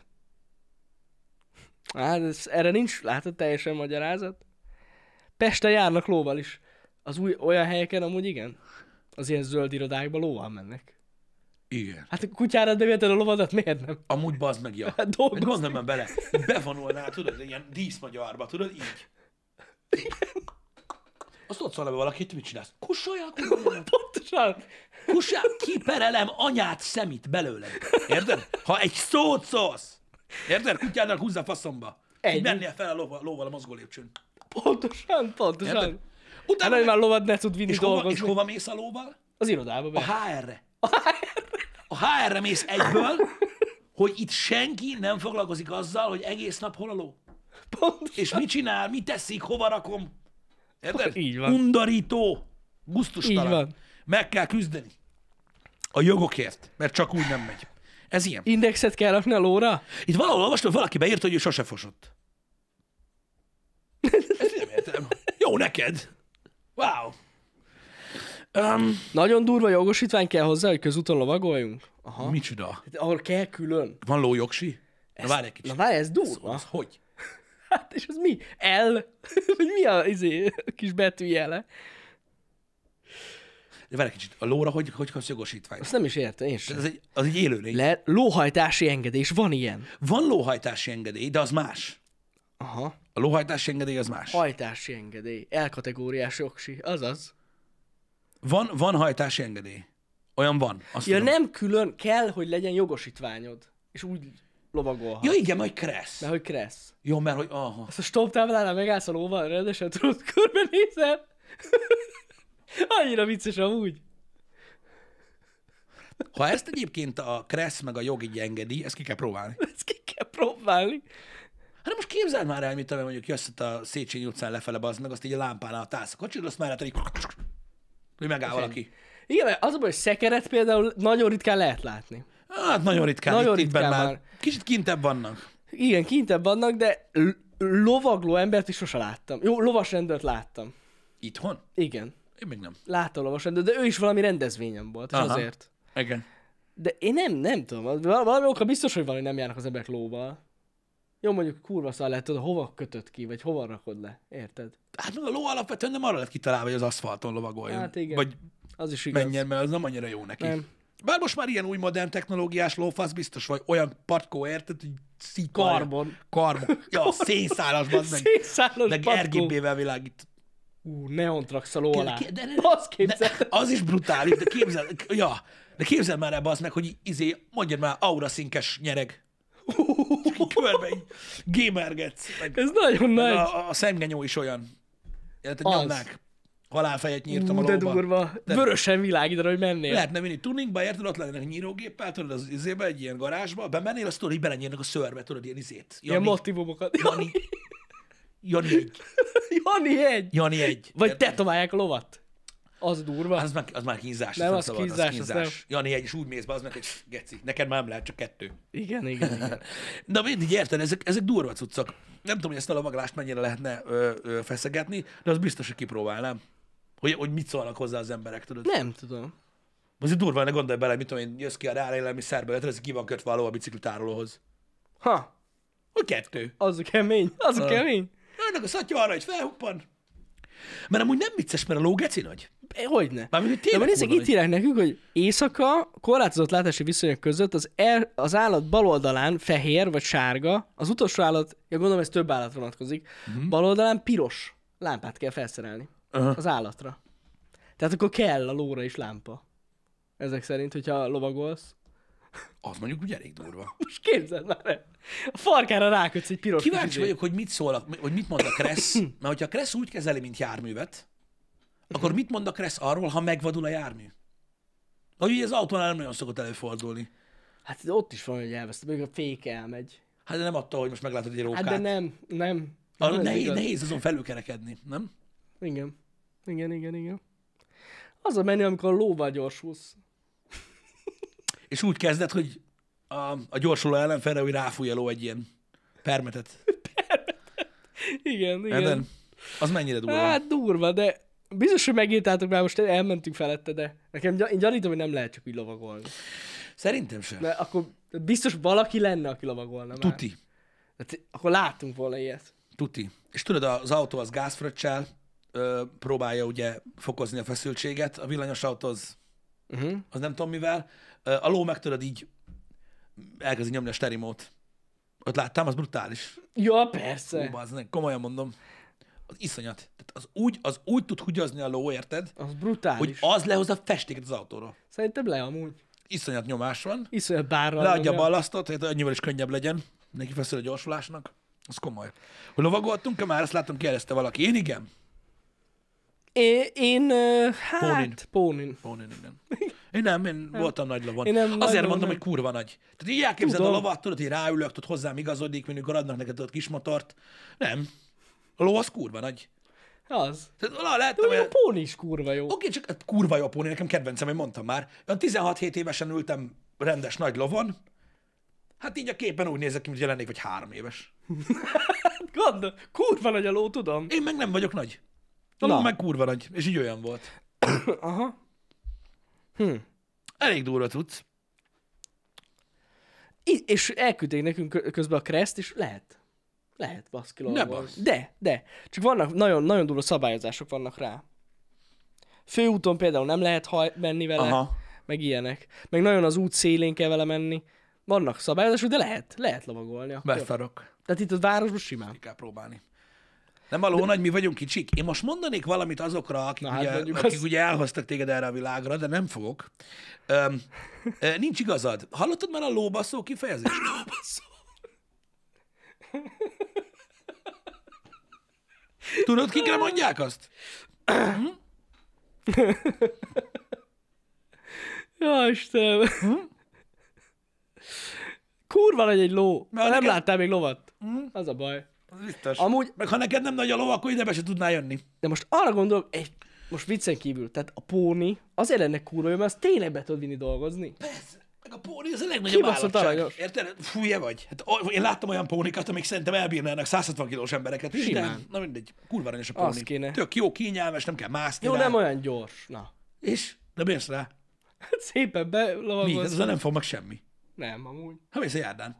Hát ez, erre nincs, látod, teljesen magyarázat. Pesten járnak lóval is. Az új, olyan helyeken amúgy igen. Az ilyen zöld irodákban lóval mennek. Igen. Hát a kutyára beveted a lovadat, miért nem? Amúgy bazd meg, ja. Hát dolgozni. Gondolj már bele, bevonulnál, tudod, ilyen díszmagyarba, tudod, így. Azt ott szól be valaki, te mit csinálsz? Kussoljál, kurva, Pontosan. kussál, kiperelem anyát szemét belőled. Érted? Ha egy szót szólsz, érted? Kutyának húzza a faszomba. Ennyi. Így mennél fel a lóval, lóval a mozgó lépcsőn. Pontosan, pontosan. Érted? Hát, Utána hogy meg, már lovad ne tud vinni és, hova, dolgozni. és hova mész a lóval? Az irodába A be. há erre. A há erre mész egyből, hogy itt senki nem foglalkozik azzal, hogy egész nap hol a ló. Pontosan. És mit csinál, mit teszik, hova rakom. Érted? Így van. Undorító, gusztustalan. Így van. Meg kell küzdeni. A jogokért, mert csak úgy nem megy. Ez ilyen. Indexet kell rakni a lóra? Itt valahol olvastam, hogy valaki beírta, hogy ő sose fosott. Ezt nem értem. Jó neked. Wow. Um, Nagyon durva jogosítvány kell hozzá, hogy közúton lovagoljunk? Aha. micsoda? Hát, ahol kell külön. Van lójogsi? Na várj egy Na kicsit. várj, ez durva. Az hogy? Hát, és az mi? L? Vagy mi a izé, kis betűjele? De várj egy kicsit. A lóra hogy, hogy kapsz jogosítványt? Azt nem is értem, én sem. Ez egy, az egy élőlény. Le, lóhajtási engedély, és van ilyen. Van lóhajtási engedély, de az más. Aha. A lóhajtási engedély az más. Hajtási engedély. L-kategóriás jogsi. Azaz. Van, van hajtási engedély. Olyan van. Azt Ja, tudom. nem külön, kell, hogy legyen jogosítványod. És úgy lovagolhat. Ja, igen, majd kressz. Mert hogy kressz. Jó, mert hogy aha. Azt a stop táblánál megállsz a lóval, rendesen tudod, körbenézel. Annyira vicces amúgy. Ha ezt egyébként a kressz meg a jog így engedi, ezt ki kell próbálni. Ezt ki kell próbálni. Hát most képzeld már el, mint amely mondjuk jössz ott a Széchenyi utcán lefele, bazd meg, azt így a lámpánál állsz a kocsidról, azt mellett így, hogy megáll valaki. Igen, mert az a baj, hogy szekeret például nagyon ritkán lehet látni. Hát nagyon ritkán. Nagyon itt, itt ritkán már. már. Kicsit kintebb vannak. Igen, kintebb vannak, de l- lovagló embert is sose láttam. Jó, lovasrendőrt láttam. Itthon? Igen. Én még nem. Láttam lovasrendőrt, de ő is valami rendezvényen volt, és Aha. azért. Igen. De én nem, nem tudom. Val- Valami oka biztos, hogy valami nem járnak az emberek lóval. Jó, mondjuk kurva szar lehet, tudod, hova kötöd ki, vagy hova rakod le. Érted? Hát meg a ló alapvetően nem arra lett kitalálva, hogy az aszfalton lovagoljon. Hát igen. Vagy Az is igaz. menjen, mert az nem annyira jó neki. Nem. Bár most már ilyen új modern technológiás lófasz biztos vagy, olyan patkó, érted, hogy szíkolja. Karbon. Karbon. Ja, szénszálas, bazd meg. Szénszálos Meg patkó. er gé bé-vel világít. Ú, neontrax a ló alá. De, de, de, Azt de, képzeld. az is brutális, de képzel, ja, de képzel már ebbe az meg, hogy izé, mondjad már, auraszinkes nyereg. Csak így körbe így gamergetsz. Meg, Ez nagyon meg nagy. a, a szemgenyó is olyan. Érted, Az. nyomnák. Halálfejet nyírtam Ú, a de lóba. durva. De- Vörösen világítaná, hogy mennél. Lehetne vinni tuningba, érted, ott lennének nyírógéppel, tudod, az izébe, egy ilyen garázsba, bemennél, azt tudod, hogy belenyírnak a szörbe, tudod, ilyen izét. Ilyen Jani, motivumokat. Jani, Jani egy. Jani egy. Jani egy. Vagy Érted? tetoválják a lovat. Az durva. Az már, az már kínzás. Nem, azt az szabad, kínzás, az nem. Jani egy, és úgy mész be, az meg, hogy geci, neked már nem lehet, csak kettő. Igen, igen, igen. De mindig érted, ezek, ezek durva cuccok. Nem tudom, hogy ezt a lovaglást mennyire lehetne ö, ö, feszegetni, de az biztos, hogy kipróbálnám. Hogy, hogy mit szólnak hozzá az emberek, tudod. Nem tudom. Azért durva, ne gondolj bele, mit tudom én, jössz ki a reál élelmiszerbe, ez ki van kötve a ló a biciklitárolóhoz. Ha, Hogy kettő. az a kemény. Az a Ha. kemény. Jönnek a szatya arra, hogy felhuppan. Mert amúgy nem vicces, mert a ló geci nagy. Eh, Hogyne. Mármint, hogy De tényleg van nézzek, kurva itt nagy. írják nekünk, hogy éjszaka korlátozott látási viszonyok között az, er, az állat bal oldalán fehér vagy sárga, az utolsó állat, ja gondolom ez több állat vonatkozik, uh-huh. bal oldalán piros lámpát kell felszerelni Aha. az állatra. Tehát akkor kell a lóra is lámpa. Ezek szerint, hogyha lovagolsz. Az mondjuk úgy elég durva. Most képzeld már el. A farkára rákötsz egy piros Kíváncsi kis vagyok, hogy mit szól, a- hogy mit mond a Kressz, mert hogyha a Kressz úgy kezeli, mint járművet, akkor mit mond a Kressz arról, ha megvadul a jármű? Hogy ugye az autónál nem nagyon szokott előfordulni. Hát ott is van, hogy elvesztem, még a fék elmegy. Hát de nem attól, hogy most meglátod egy rókát. Hát de nem, nem. Arra nem ez nehéz, igaz. nehéz azon felülkerekedni, nem? Igen. Igen, igen, igen. Az a menő, amikor a lóval gyorsulsz. És úgy kezded, hogy a, a gyorsuló ellenfelre, hogy ráfúj a ló egy ilyen permetet. Igen, igen. Eden, az mennyire durva? Hát durva, de biztos, hogy megírtátok már, most elmentünk felette, de nekem gy- én gyanítom, hogy nem lehet csak úgy lovagolni. Szerintem sem. Mert akkor biztos valaki lenne, aki lovagolna már. Tuti. Hát, akkor láttunk volna ilyet. Tuti. És tudod, az autó az gázfröccsel ö, próbálja ugye fokozni a feszültséget, a villanyos autó az, Uh-huh. az nem tudom mivel. Ö, a ló meg tudod így elkezdi nyomni a sterimót. Ott láttam, az brutális. Ja, persze. Hú, az komolyan mondom. Az iszonyat. Tehát az úgy, az úgy tud hugyazni a ló, érted? Az brutális. Hogy az lehozza a festéket az autóról. Szerintem le amúgy. Iszonyat nyomás van. Iszonyat bárral. Leadja a nyomja. ballasztot, hogy annyival is könnyebb legyen. Neki feszül a gyorsulásnak. Az komoly. Hogy lovagoltunk-e már? Ezt látom, kérdezte valaki. Én igen. Én, én ö, hát, Pónin. Pónin. Pónin, igen. Én nem, én voltam nagy lovon. Én nem nagy Azért lovon, mondom, nem. hogy kurva nagy. Tehát így elképzeled a Tudom. lovat, tudod, hogy ráülök, tudod, hozzám igazodik, amikor adnak neked ott kis motort. Nem. A ló az kurva nagy. Az. Tehát vala lehet, De hogy... a póni is kurva jó. Oké, csak hát kurva jó a póni, nekem kedvencem, én mondtam már. Olyan tizenhat-hét évesen ültem rendes nagy lovon. Hát így a képen úgy nézek ki, mint lennék, vagy három éves. Gondol, kurva nagy a ló, tudom. Én meg nem vagyok nagy. A ló Na. meg kurva nagy, és így olyan volt. Aha. Hm. Elég durva tudsz. I- és elküldték nekünk kö- közben a Kreszt, és lehet. Lehet, baszki Ne lovagolni. bassz. De, de. Csak vannak, nagyon, nagyon durva szabályozások vannak rá. Főúton például nem lehet haj- menni vele, Aha. meg ilyenek. Meg nagyon az út szélén kell vele menni. Vannak szabályozások, de lehet, lehet lovagolni. Akkor. Beszarok. Tehát itt a városban simán. Ki kell próbálni. Nem a ló nagy, mi vagyunk kicsik. Én most mondanék valamit azokra, akik, Na hát ugye, mondjuk akik azt. ugye elhoztak téged erre a világra, de nem fogok. Öm, ö, nincs igazad. Hallottad már a lóbaszó kifejezést? Lóbaszó. Tudod, kikre mondják azt? Ja, Istenem. Kurva nagy egy ló. Na, Nem nekem- láttál még lovat? Az a baj. Az biztos. Amúgy, Meg ha neked nem nagy a ló, akkor ide be se tudnál jönni. de most arra gondolok, egy, most viccen kívül, tehát a póni azért lenne kurva jó, mert azt tényleg be tudod vinni dolgozni. Persze. Meg a póni az a legnagyobb Kibaszott állatság. aranyos. Érted? Fújja vagy. Hát, o- én láttam olyan pónikat, amik szerintem elbírnának száz hatvan kilós embereket. És Simán. nem. Na mindegy. Kurva aranyos a Az póni. kéne. Tök jó, kényelmes, nem kell mászni Jó, rá. nem olyan gyors. Na. És? De mész rá. Szépen Mi? belovagolsz. Ez nem fog meg semmi. Nem, amúgy. Ha mész a járdán.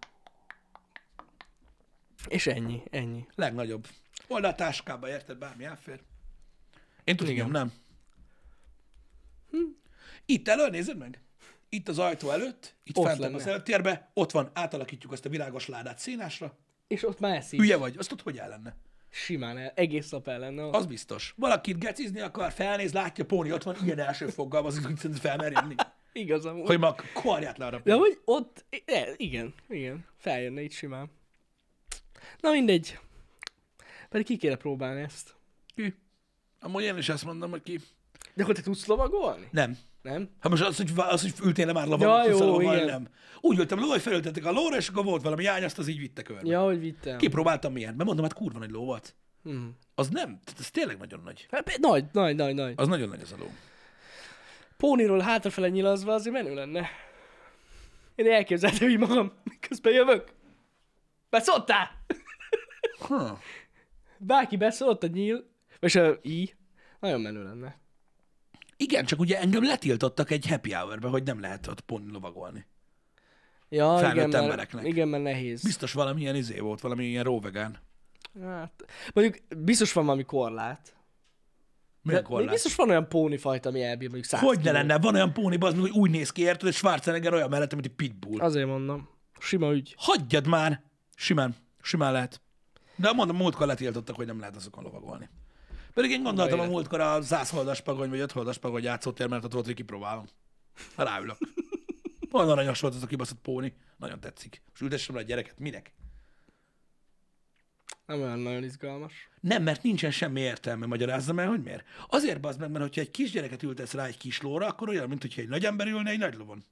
És ennyi, ennyi. Legnagyobb. Old a táskába, érted? Bármi elfér. Én tudom, Igen. nem. Hm. Itt elő, nézed meg. Itt az ajtó előtt, itt Ott fent lenne. az előtérbe, ott van, átalakítjuk azt a virágos ládát színásra. És ott már eszik. Hülye vagy, azt tudod, hogy el lenne. Simán el, egész nap el lenne. Az biztos. Valakit gecizni akar, felnéz, látja, póni ott van, ilyen első foggal, az úgy felmer jönni. Igaz amúgy. Hogy ma karját learra. De hogy ott, e, igen, igen, feljönne itt simán. Na mindegy. Pedig ki kéne próbálni ezt. Ki? Amúgy én is ezt mondom, hogy ki. De akkor te tudsz lovagolni? Nem. Nem? Ha most az, hogy, az, hogy ültél le már Ja, lovon, tudsz jó, lovagolni, igen. nem. Úgy voltam ló, hogy felültettek a lóra, és akkor volt valami ány, azt az így vitte körbe. Ja, hogy vittem. Kipróbáltam milyen, mert mondom, hát kurva nagy ló volt. Hm. Az nem, tehát ez tényleg nagyon nagy. Hát, pe- nagy, nagy, nagy, nagy. Az nagyon nagy az a ló. Póniról hátrafele nyilazva azért menő lenne. Én elképzeltem így magam, miközben jövök. Beszóltál! Ha. Bárki beszólt a nyíl, és a i, nagyon menő lenne. Igen, csak ugye engem letiltottak egy happy hour-be, hogy nem lehet ott pont lovagolni. Ja, Felnőtt igen, mert, embereknek. igen, mert nehéz. Biztos valamilyen izé volt, valami ilyen róvegán. Hát, mondjuk biztos van valami korlát. Milyen De még korlát? biztos van olyan pónifajta, ami elbír mondjuk száz Hogy ne kiló. lenne? Van olyan póni, az, hogy úgy néz ki, érted, hogy Schwarzenegger olyan mellett, mint egy pitbull. Azért mondom. Sima ügy. Hagyjad már! Simán. Simán lehet. De mondom, múltkor letiltottak, hogy nem lehet azokon lovagolni. Pedig én gondoltam a élet. múltkor a száz holdas pagony, vagy öt holdas pagony játszótér, mert ott volt, hogy kipróbálom. Ráülök. Olyan aranyos volt az a kibaszott póni. Nagyon tetszik. És ültessem le a gyereket. Minek? Nem olyan nagyon izgalmas. Nem, mert nincsen semmi értelme, magyarázzam el, hogy miért. Azért bazd meg, mert hogyha egy kisgyereket ültesz rá egy kis lóra, akkor olyan, mint hogyha egy nagy ember ülne egy nagy lovon.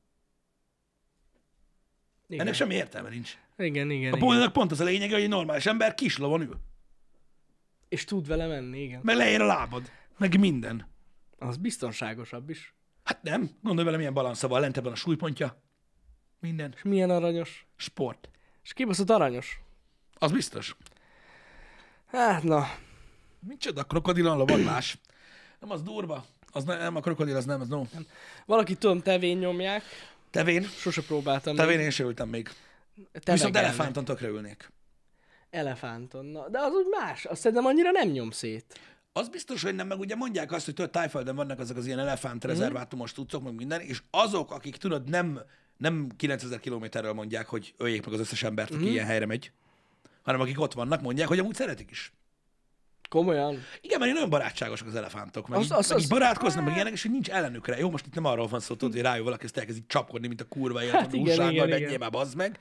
Igen. Ennek semmi értelme nincs. Igen, igen, A igen. póninak pont az a lényege, hogy egy normális ember kis lovon ül. És tud vele menni, igen. Meg leér a lábad. Meg minden. Az biztonságosabb is. Hát nem. Gondolj vele, milyen balansza van. Lentebb van a súlypontja. Minden. És milyen aranyos. Sport. És kibaszott aranyos. Az biztos. Hát na. Micsoda krokodilon lovaglás. Nem, az durva. Az ne, nem, a krokodil, az nem, az no. Valaki tudom, tevén nyomják. Tevén. Sose próbáltam. Tevén még. én sem ültem még. Tevegelnek. Viszont elefánton tökre ülnék. Elefánton. Na, de az úgy más. Azt szerintem annyira nem nyom szét. Az biztos, hogy nem, meg ugye mondják azt, hogy tudod, Tájföldön vannak azok az ilyen elefánt rezervátumos cuccok, meg minden, és azok, akik tudod, nem, nem kilencezer kilométerről mondják, hogy öljék meg az összes embert, aki ilyen helyre megy, hanem akik ott vannak, mondják, hogy amúgy szeretik is. Komolyan. Igen, mert nagyon barátságosak az elefántok, meg, Az- így, az- meg az- így barátkoznak, meg ilyenek, és hogy nincs ellenükre. Jó, most itt nem arról van szó, tudod, hogy rájön valaki, ezt elkezd így csapkodni, mint a kurva élet, Hát hát igen, újsággal, igen, menjél igen. már, bazd meg.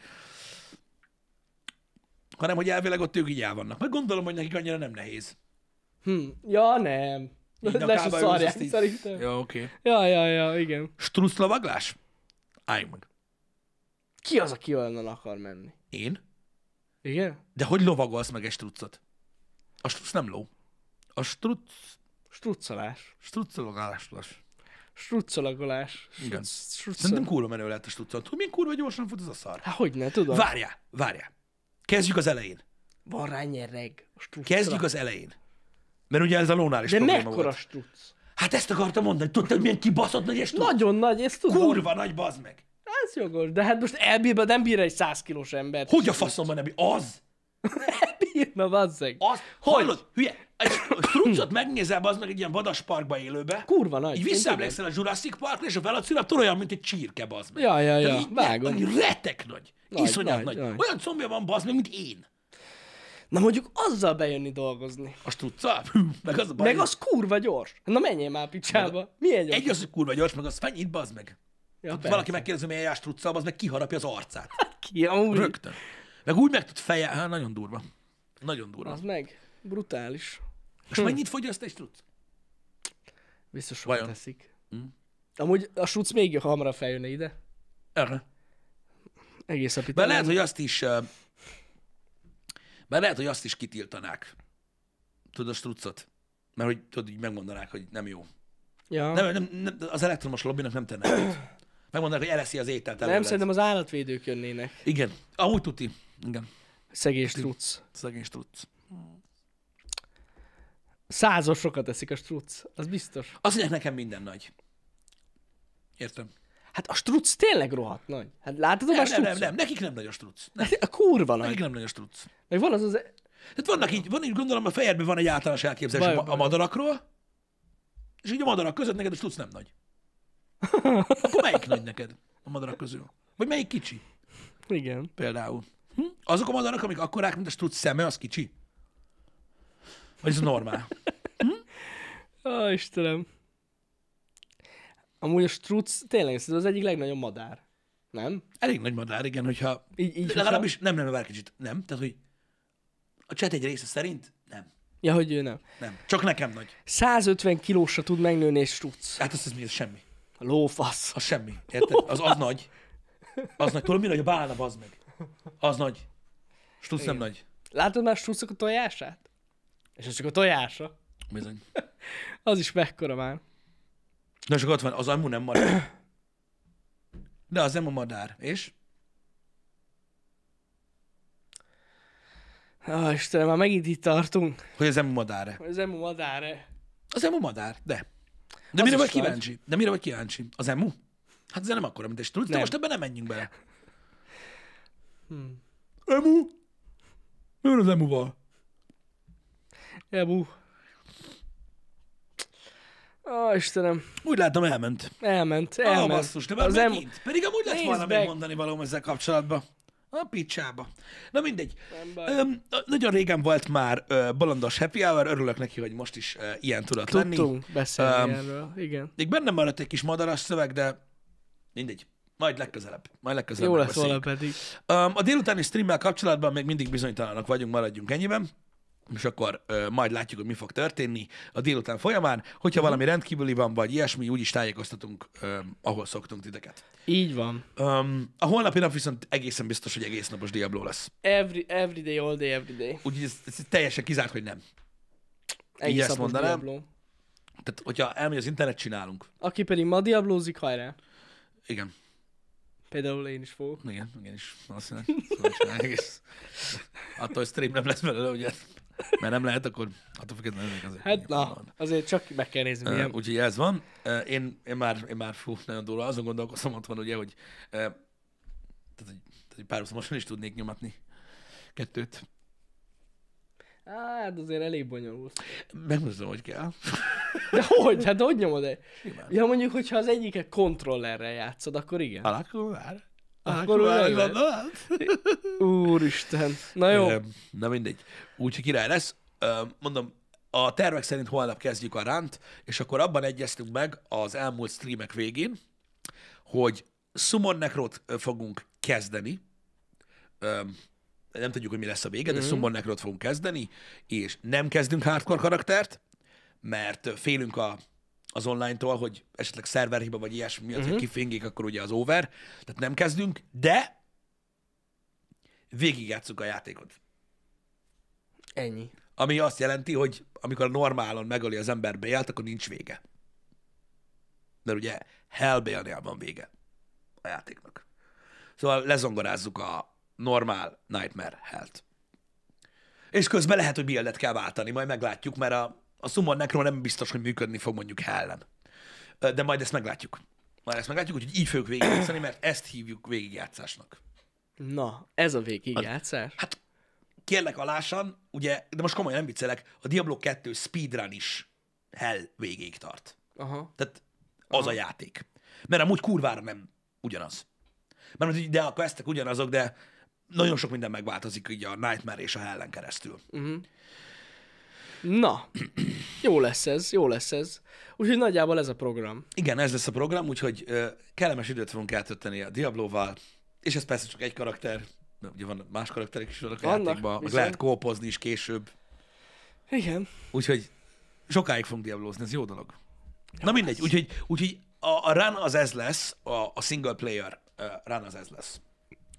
Hanem, hogy elvileg ott ők így el vannak. Meg gondolom, hogy nekik annyira nem nehéz. Hm. Ja, nem. Így Le se nyakába ülsz, szarják azt így- szerintem. Jó, oké. Okay. Ja, ja, ja, igen. Struclovaglás? Álljunk meg. Ki az, aki onnan akar menni? Én? Igen? De hogy lovagolsz meg egy struccot? A struc nem ló. A struc... Struccolás. Struccolagálás. Struccolagolás. Igen. Struc- struccol- Szerintem kurva menő lehet a struccot. Hogy milyen kurva gyorsan fut ez a szar? Hát hogy ne, tudom. Várjál, várjál. Kezdjük az elején. Van rá nyereg. A struccra. Kezdjük az elején. Mert ugye ez a lónál is De probléma mekkora volt. struc? Hát ezt akartam mondani. Tudtad, hogy milyen kibaszott nagy egy struc? Nagyon nagy, ezt tudom. Kurva nagy, bazd meg. Ez jogos, de hát most elbírva nem bír egy száz kilós embert. Hogy a faszomban nem? Az? Elbírna, bazzeg. Az? Hallod? Hülye? Egy strucot megnézel, az meg egy ilyen vadasparkba élőbe. Kurva nagy. Így Én visszaemlékszel a Jurassic Parkra, és a Velociraptor olyan, mint egy csirke, bazd meg. Ja, ja, ja, Tehát így vágom. annyi retek nagy. Nagy, Iszonyat nagy, nagy. nagy. Olyan combja van, bazd meg, mint én. Na mondjuk azzal bejönni dolgozni. A struccal? Hű, meg az a baj. Meg az kurva gyors. Na menjél már picsába. Milyen gyors? Egy az, hogy kurva gyors, meg az fenyít, bazd meg. Ja, Ott persze. valaki megkérdezi, milyen jár struccal, az meg kiharapja az arcát. Ki, amúgy. Rögtön. Meg úgy meg tud feje, hát nagyon durva. Nagyon durva. Az meg. Brutális. Most mennyit fogyaszt egy struc? Biztos sokat Vajon? teszik. Hm? Amúgy a suc még hamarabb feljönne ide. Erre. Egész a De lehet, pitán. hogy azt is, uh, Bár lehet, hogy azt is kitiltanák. Tudod, a struccot? Mert hogy tudod, így megmondanák, hogy nem jó. Ja. Nem, nem, nem, az elektromos lobbynak nem tenne jót. Megmondanák, hogy eleszi az ételt. Nem, szerintem az állatvédők jönnének. Igen, amúgy tuti. Igen. Szegény struc. Szegény struc. Százosokat eszik a struc, az biztos. Azt mondják, nekem minden nagy. Értem. Hát a struc tényleg rohadt nagy. Hát látod a Nem, nem, strucot? nem, nem, nekik nem nagy a struc. Nem, A kurva nagy. nekik nem nagy a struc. Meg van az az... Tehát vannak így, van így, gondolom, a fejedben van egy általános elképzelés Baj, a, baj. a madarakról, és így a madarak között neked a struc nem nagy. Akkor melyik nagy neked a madarak közül? Vagy melyik kicsi? Igen. Például. Hm? Azok a madarak, amik akkorák, mint a struc szeme, az kicsi? Vagy ez normál? Ó, Istenem. Amúgy a struc tényleg ez az egyik legnagyobb madár. Nem? Elég nagy madár, igen, hogyha... Így, így Legalábbis nem, nem, vár kicsit. Nem? Tehát, hogy a chat egy része szerint nem. Ja, hogy ő nem. Nem. Csak nekem nagy. százötven kilósra tud megnőni egy struc. Hát az, az mi? Az semmi. A lófasz. Az semmi. Érted? Az, az nagy. Az nagy. Tudod, mi nagy? A bálna, bazd meg. Az nagy. Struc nem nagy. Látod már a strucok a tojását? És ez csak a tojása. Bizony. Az is mekkora már. Na csak ott van, az amú nem madár. De az nem a madár. És? Ó, Istenem, már megint itt tartunk. Hogy az emu madár-e? Ez emu madár-e? Az emu madár, de. De Az mire is vagy nagy. kíváncsi? De mire vagy kíváncsi? Az emu? Hát ez nem akkora, mint egy struc, de Nem. most ebben nem menjünk bele. Hmm. Emu? Mi van az emuval? Emu. Ó, Istenem. Úgy látom, elment. Elment, Ah, elment. basszus, de már az emu... megint. Pedig amúgy lett Nézd volna még meg. mondani valóm ezzel kapcsolatban. A picsába. Na mindegy. Nem baj. Öm, nagyon régen volt már ö, bolondos happy hour, örülök neki, hogy most is ö, ilyen tudott lenni. Tudtunk beszélni Um, erről, igen. Még bennem maradt egy kis madaras szöveg, de mindegy. Majd legközelebb. Majd legközelebb Jó lesz volna megbeszéljük. pedig. Um, a délutáni streammel kapcsolatban még mindig bizonytalanok vagyunk, maradjunk ennyiben. És akkor ö, majd látjuk, hogy mi fog történni a délután folyamán. Hogyha valami rendkívüli van, vagy ilyesmi, úgyis tájékoztatunk, ö, ahol szoktunk titeket. Így van. Um, a holnapi nap viszont egészen biztos, hogy egész napos Diablo lesz. Every, every day, all day, every day. Úgyhogy ez, ez teljesen kizárt, hogy nem. Egész ezt napos mondanám. Diablo. Tehát, hogyha elmegy az internet, csinálunk. Aki pedig ma diablózik, hajrá. Igen. Például én is fogok. Igen, igen is. Valószínűleg. Szóval csináljuk egész. Attól, hogy stream nem lesz belőle, ugye? Mert nem lehet, akkor attól függetlenül még azért. Hát na, azért csak meg kell nézni, Uh, milyen. úgyhogy ez van. Uh, én, én, már, én már fú, nagyon durva, azon gondolkozom ott van, ugye, hogy, uh, tehát, hogy, tehát, hogy párhuzamosan is tudnék nyomatni kettőt. Hát azért elég bonyolult. Megmutatom, hogy kell. De hogy? Hát hogy nyomod el? Simán. Ja, mondjuk, hogyha az egyiket kontrollerrel játszod, akkor igen. Alakul már. Akkor Alakul már, úgy lehet. gondolod? Úristen. Na jó. Ö, Na mindegy. Úgyhogy király lesz. Ö, Mondom, a tervek szerint holnap kezdjük a ránt, és akkor abban egyeztünk meg az elmúlt streamek végén, hogy Summon Necrot ö, fogunk kezdeni. Ö, Nem tudjuk, hogy mi lesz a vége, de Mhm. Summon Necrot fogunk kezdeni, és nem kezdünk hardcore karaktert, mert ö, félünk a, az online-tól, hogy esetleg szerverhiba vagy ilyesmi miatt, Mhm. hogy kifingik, akkor ugye az over. Tehát nem kezdünk, de végigjátszunk a játékot. Ennyi. Ami azt jelenti, hogy amikor a normálon megöli az ember Bale-t, akkor nincs vége. Mert ugye Hell Bale-nél van vége a játéknak. Szóval lezongorázzuk a normál Nightmare Hell-t. És közben lehet, hogy buildet kell váltani, majd meglátjuk, mert a, a Summon Necro nem biztos, hogy működni fog mondjuk Hellen. Ö, De majd ezt meglátjuk. Majd ezt meglátjuk, úgyhogy így fogjuk végigjátszani, mert ezt hívjuk végigjátszásnak. Na, ez a végigjátszás. Hát kérlek alásan, ugye, de most komolyan nem viccelek, a Diablo kettő speedrun is Hell végéig tart. Aha. Tehát az a játék. Mert amúgy kurvára nem ugyanaz. Mert hogy de a questek ugyanazok, de nagyon sok minden megváltozik ugye a Nightmare és a Hellen keresztül. Uh-huh. Na, jó lesz ez, jó lesz ez. Úgyhogy nagyjából ez a program. Igen, ez lesz a program, úgyhogy ö, kellemes időt fogunk eltölteni a Diabloval, és ez persze csak egy karakter, de ugye van más karakterek is vannak a Vannak, játékban, meg bizony. lehet kópozni is később. Igen. Úgyhogy sokáig fogunk diablózni, ez jó dolog. Na mindegy, úgyhogy, úgyhogy a, a run az ez lesz, a, a single player uh, run az ez lesz.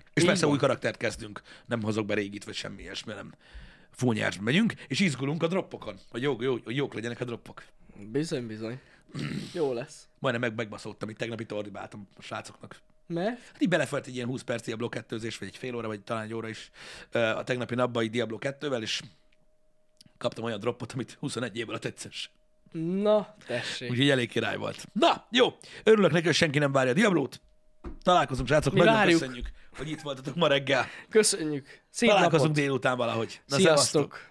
És Így persze van. új karaktert kezdünk. Nem hozok be régit, vagy semmi ilyesmi, nem fúnyásba megyünk, és izgulunk a droppokon, hogy jó, jó, hogy jók legyenek a droppok. Bizony, bizony. Jó lesz. Majdnem meg, megbaszottam, itt tegnap itt ordibáltam a srácoknak. Mert? Hát így belefert egy ilyen húsz perc Diablo kettőzés, vagy egy fél óra, vagy talán egy óra is ö, a tegnapi napban egy Diablo kettővel, és kaptam olyan droppot, amit huszonegy év alatt egyszeres. Na, tessék. Úgyhogy elég király volt. Na, jó. Örülök neki, hogy senki nem várja a Diablót. Találkozunk, srácok. Mi Nagyon várjuk. köszönjük, hogy itt voltatok ma reggel. Köszönjük. Szép Találkozunk napot. délután valahogy. Na, Sziasztok. szevasztok.